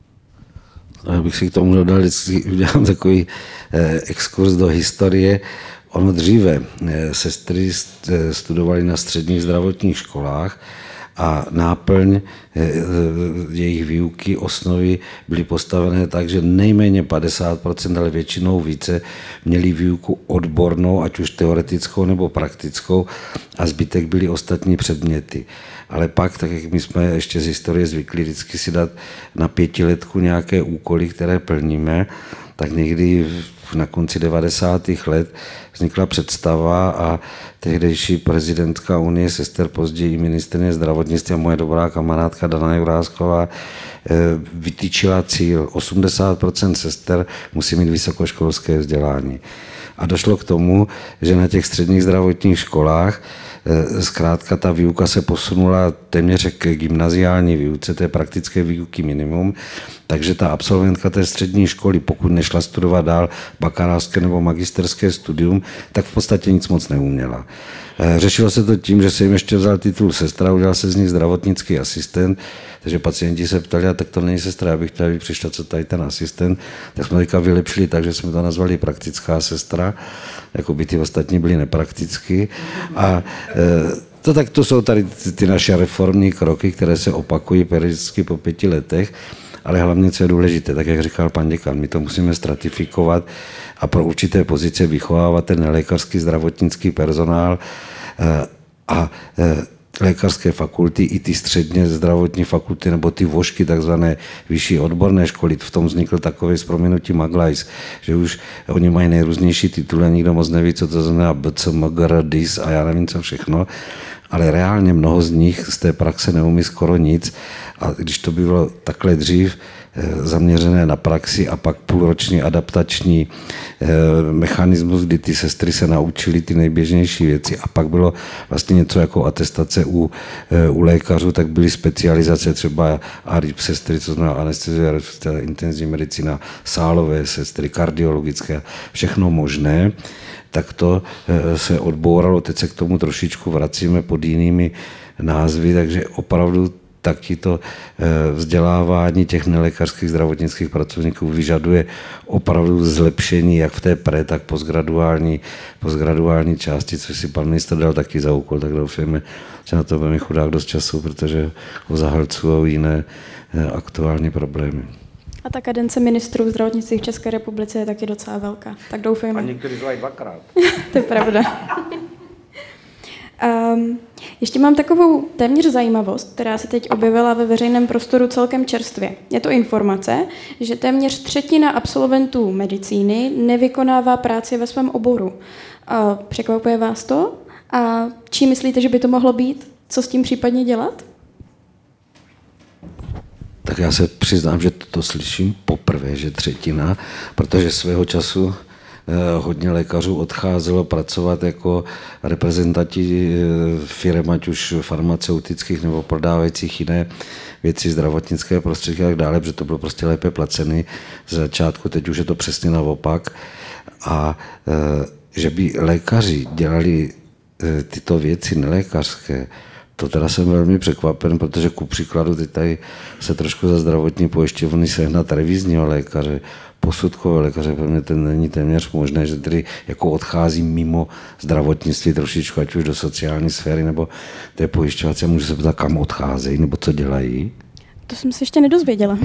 Já bych si k tomu dodal, vždycky udělám takový exkurs do historie. Ono dříve sestry studovaly na středních zdravotních školách a náplň jejich výuky, osnovy byly postavené tak, že nejméně 50%, ale většinou více měli výuku odbornou, ať už teoretickou nebo praktickou, a zbytek byly ostatní předměty. Ale pak, tak jak my jsme ještě z historie zvykli vždycky si dát na 5letku nějaké úkoly, které plníme, tak někdy na konci 90. let vznikla představa a tehdejší prezidentka Unie sester, později ministryně zdravotnictví a moje dobrá kamarádka Dana Jurásková vytýčila cíl. 80% sester musí mít vysokoškolské vzdělání. A došlo k tomu, že na těch středních zdravotních školách zkrátka ta výuka se posunula téměř k gymnaziální výuce, to je praktické výuky minimum, takže ta absolventka té střední školy, pokud nešla studovat dál bakalářské nebo magisterské studium, tak v podstatě nic moc neuměla. Řešilo se to tím, že se jim ještě vzal titul sestra, udělal se z nich zdravotnický asistent, takže pacienti se ptali, a tak to není sestra, já bych chtěl, aby přišla, co tady ten asistent, tak jsme teďka vylepšili tak, že jsme to nazvali praktická sestra, jako by ty ostatní byly neprakticky. A to jsou tady ty naše reformní kroky, které se opakují periodicky po 5 letech, ale hlavně, co je důležité, tak jak říkal pan děkan, my to musíme stratifikovat a pro určité pozice vychovávat ten nelékařský zdravotnický personál a lékařské fakulty i ty středně zdravotní fakulty nebo ty vošky, takzvané vyšší odborné školy. V tom vznikl takový s prominutím maglajs, že už oni mají nejrůznější tituly a nikdo moc neví, co to znamená BCMGR, DIS a já nevím, co všechno. Ale reálně mnoho z nich z té praxe neumí skoro nic. A když to bylo takhle dřív zaměřené na praxi a pak půlroční adaptační mechanismus, kdy ty sestry se naučily ty nejběžnější věci a pak bylo vlastně něco jako atestace u lékařů, tak byly specializace třeba ARIP sestry, co znamená anestezie, intenzivní medicína, sálové sestry, kardiologické, všechno možné. Tak to se odbouralo, teď se k tomu trošičku vracíme pod jinými názvy, takže opravdu taky to vzdělávání těch nelékařských zdravotnických pracovníků vyžaduje opravdu zlepšení jak v té tak postgraduální části, což si pan ministr dal taky za úkol, tak doufáme, že na to bude chudák dost času, protože ho zahlcují jiné aktuální problémy. A ta kadence ministrů zdravotnictví v České republice je taky docela velká. Tak doufejme. A někteří zvolají 2krát. To je pravda. Ještě mám takovou téměř zajímavost, která se teď objevila ve veřejném prostoru celkem čerstvě. Je to informace, že téměř 1/3 absolventů medicíny nevykonává práci ve svém oboru. Překvapuje vás to? A čím myslíte, že by to mohlo být? Co s tím případně dělat? Tak já se přiznám, že to slyším poprvé, že 1/3, protože svého času hodně lékařů odcházelo pracovat jako reprezentanti firm, ať už farmaceutických nebo prodávajících jiné věci, zdravotnické prostředky a tak dále, protože to bylo prostě lépe placený z začátku, teď už je to přesně naopak. A že by lékaři dělali tyto věci nelékařské, to teda jsem velmi překvapen, protože ku příkladu teď tady se trošku za zdravotní pojišťovny sehnat revizního lékaře, posudkové lékaře, pro mě to není téměř možné, že tedy jako odchází mimo zdravotnictví trošičku, ať už do sociální sféry nebo té pojišťovací, můžu se ptát, kam odcházejí nebo co dělají? To jsem se ještě nedozvěděla.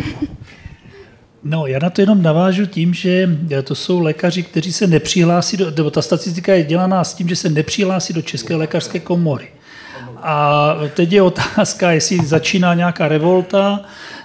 No, já na to jenom navážu tím, že to jsou lékaři, kteří se nepřihlásí, nebo ta statistika je dělaná s tím, že se nepřihlásí do České lékařské komory. A teď je otázka, jestli začíná nějaká revolta,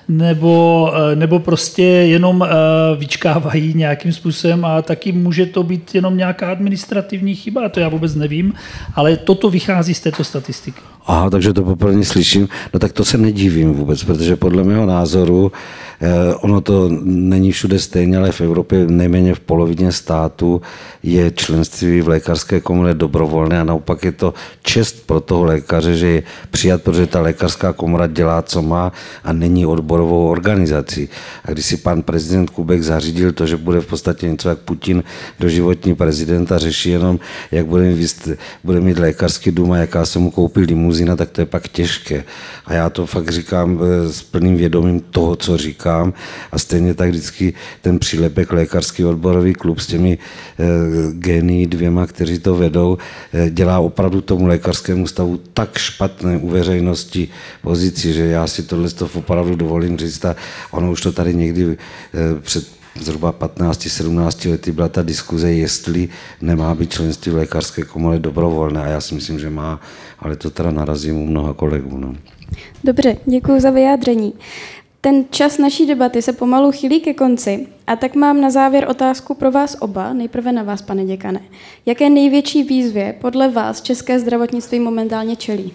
nebo prostě jenom vyčkávají nějakým způsobem a taky může to být jenom nějaká administrativní chyba, to já vůbec nevím, ale toto vychází z této statistiky. Aha, takže to poprvé slyším. No tak to se nedivím vůbec, protože podle mého názoru ono to není všude stejně, ale v Evropě nejméně v polovině států je členství v lékařské komoře dobrovolné a naopak je to čest pro toho lékaře, že je přijat, protože ta lékařská komora dělá, co má a není odborovou organizací. A když si pan prezident Kubek zařídil to, že bude v podstatě něco jak Putin doživotní prezident a řeší jenom, jak bude mít lékařský dům a jaká se mu koupí limuzína, tak to je pak těžké. A já to fakt říkám s plným vědomím toho, co říkám. A stejně tak vždycky ten přílepek lékařský odborový klub s těmi gény dvěma, kteří to vedou, dělá opravdu tomu lékařskému stavu tak špatné u veřejnosti pozici, že já si tohle opravdu dovolím říct. A ono už to tady někdy před zhruba 15-17 lety byla ta diskuze, jestli nemá být členství v lékařské komoře dobrovolné. A já si myslím, že má, ale to teda narazím u mnoha kolegů. No. Dobře, děkuji za vyjádření. Ten čas naší debaty se pomalu chýlí ke konci a tak mám na závěr otázku pro vás oba, nejprve na vás, pane děkane. Jaké největší výzvě podle vás české zdravotnictví momentálně čelí?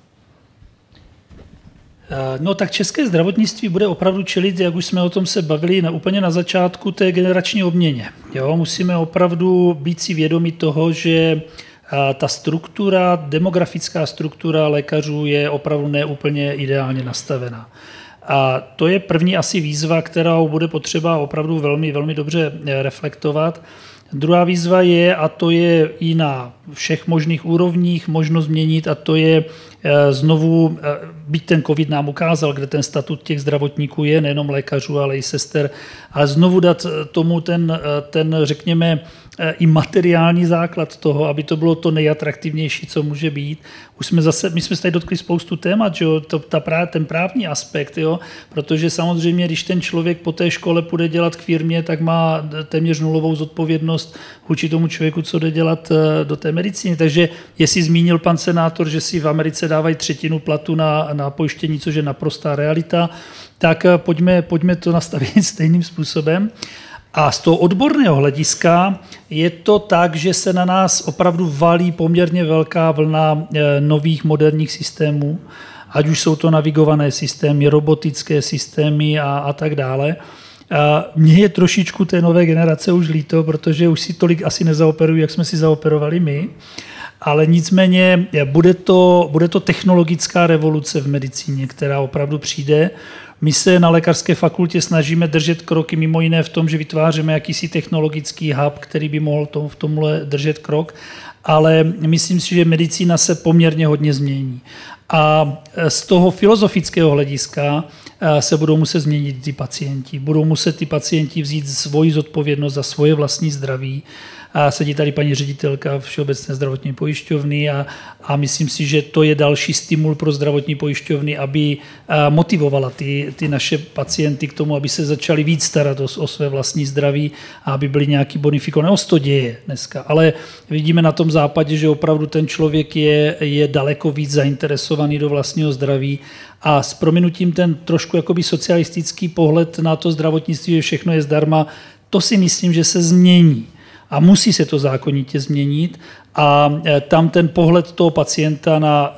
No tak české zdravotnictví bude opravdu čelit, jak už jsme o tom se bavili úplně na začátku, té generační obměně. Jo, musíme opravdu být si vědomi toho, že ta struktura, demografická struktura lékařů je opravdu neúplně ideálně nastavená. A to je první asi výzva, kterou bude potřeba opravdu velmi, velmi dobře reflektovat. Druhá výzva je, a to je i na všech možných úrovních možno změnit, a to je znovu, byť ten covid nám ukázal, kde ten statut těch zdravotníků je, nejenom lékařů, ale i sester, ale znovu dát tomu ten řekněme, i materiální základ toho, aby to bylo to nejatraktivnější, co může být. My jsme se tady dotkli spoustu témat, že jo? Ten právní aspekt, jo? Protože samozřejmě, když ten člověk po té škole půjde dělat k firmě, tak má téměř nulovou zodpovědnost vůči tomu člověku, co jde dělat do té medicíny. Takže jestli zmínil pan senátor, že si v Americe dávají 1/3 platu na pojištění, což je naprostá realita, tak pojďme to nastavit stejným způsobem. A z toho odborného hlediska je to tak, že se na nás opravdu valí poměrně velká vlna nových moderních systémů, ať už jsou to navigované systémy, robotické systémy a tak dále. Mně je trošičku té nové generace už líto, protože už si tolik asi nezaoperují, jak jsme si zaoperovali my, ale nicméně bude to technologická revoluce v medicíně, která opravdu přijde. My se na lékařské fakultě snažíme držet kroky mimo jiné v tom, že vytváříme jakýsi technologický hub, který by mohl v tomhle držet krok, ale myslím si, že medicína se poměrně hodně změní. A z toho filozofického hlediska se budou muset změnit ty pacienti. Budou muset ty pacienti vzít svoji zodpovědnost za svoje vlastní zdraví. A sedí tady paní ředitelka Všeobecné zdravotní pojišťovny a myslím si, že to je další stimul pro zdravotní pojišťovny, aby motivovala ty naše pacienty k tomu, aby se začali víc starat o své vlastní zdraví a aby byli nějaký bonifikovaný. No, to děje dneska, ale vidíme na tom západě, že opravdu ten člověk je daleko víc zainteresovaný do vlastního zdraví a s prominutím ten trošku jakoby socialistický pohled na to zdravotnictví, že všechno je zdarma, to si myslím, že se změní. A musí se to zákonitě změnit a tam ten pohled toho pacienta na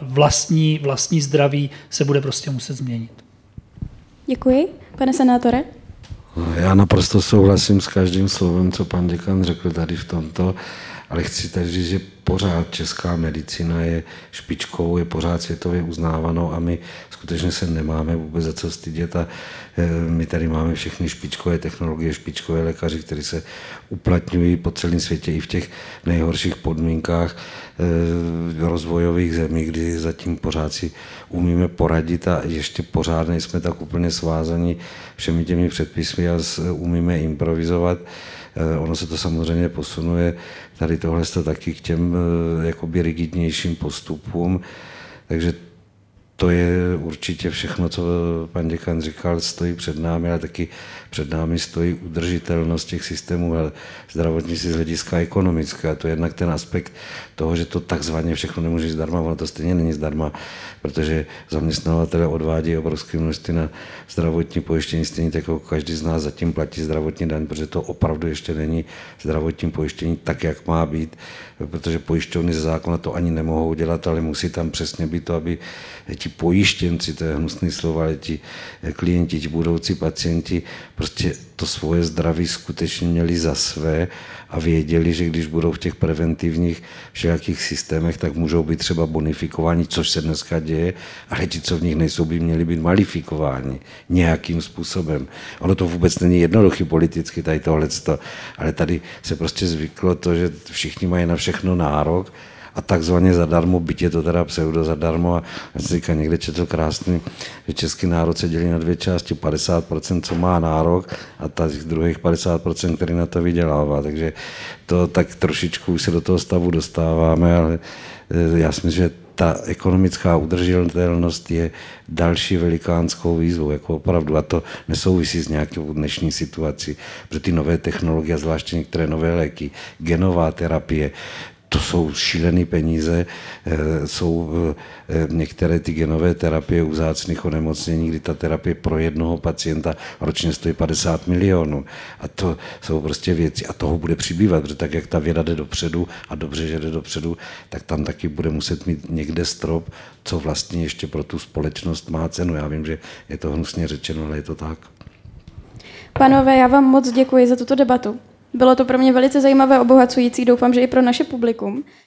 vlastní zdraví se bude prostě muset změnit. Děkuji. Pane senátore? Já naprosto souhlasím s každým slovem, co pan děkan řekl tady v tomto, ale chci tady říct, že pořád česká medicína je špičkou, je pořád světově uznávanou a my skutečně se nemáme vůbec za co stydět a my tady máme všechny špičkové technologie, špičkové lékaři, kteří se uplatňují po celém světě i v těch nejhorších podmínkách rozvojových zemí, kdy zatím pořád si umíme poradit a ještě pořád nejsme tak úplně svázaní všemi těmi předpisy a umíme improvizovat. Ono se to samozřejmě posunuje tady tohle taky k těm jakoby rigidnějším postupům, takže to je určitě všechno, co pan děkan říkal, stojí před námi, ale taky před námi stojí udržitelnost těch systémů zdravotnictví z hlediska ekonomického. A to je jednak ten aspekt toho, že to takzvaně všechno nemůže jít zdarma, ono to stejně není zdarma, protože zaměstnavatelé odvádí obrovské množství na zdravotní pojištění, stejně tak jako každý z nás zatím platí zdravotní daň, protože to opravdu ještě není zdravotní pojištění tak, jak má být, protože pojišťovny ze zákona to ani nemohou dělat, ale musí tam přesně být to, aby ti pojištěnci, to je hnusný slovo, ale ti klienti, ti budoucí pacienti prostě to svoje zdraví skutečně měli za své a věděli, že když budou v těch preventivních všelijakých systémech, tak můžou být třeba bonifikováni, což se dneska děje, ale ti, co v nich nejsou, by měli být malifikováni nějakým způsobem. Ono to vůbec není jednoduchý politicky, tady tohleto, ale tady se prostě zvyklo to, že všichni mají na všechno nárok, a takzvaně zadarmo, byť je to teda pseudo zadarmo a já jsem říkal, někde četl krásný, že český národ se dělí na dvě části, 50%, co má nárok a těch druhých 50%, který na to vydělává, takže to tak trošičku už se do toho stavu dostáváme, ale já si myslím, že ta ekonomická udržitelnost je další velikánskou výzvou, jako opravdu, a to nesouvisí s nějakou dnešní situací, protože ty nové technologie, zvláště některé nové léky, genová terapie, to jsou šílené peníze, jsou některé ty genové terapie u vzácných onemocnění, kdy ta terapie pro jednoho pacienta ročně stojí 50 milionů. A to jsou prostě věci a toho bude přibývat, protože tak, jak ta věda jde dopředu a dobře, že jde dopředu, tak tam taky bude muset mít někde strop, co vlastně ještě pro tu společnost má cenu. Já vím, že je to hnusně řečeno, ale je to tak. Pánové, já vám moc děkuji za tuto debatu. Bylo to pro mě velice zajímavé, obohacující, doufám, že i pro naše publikum.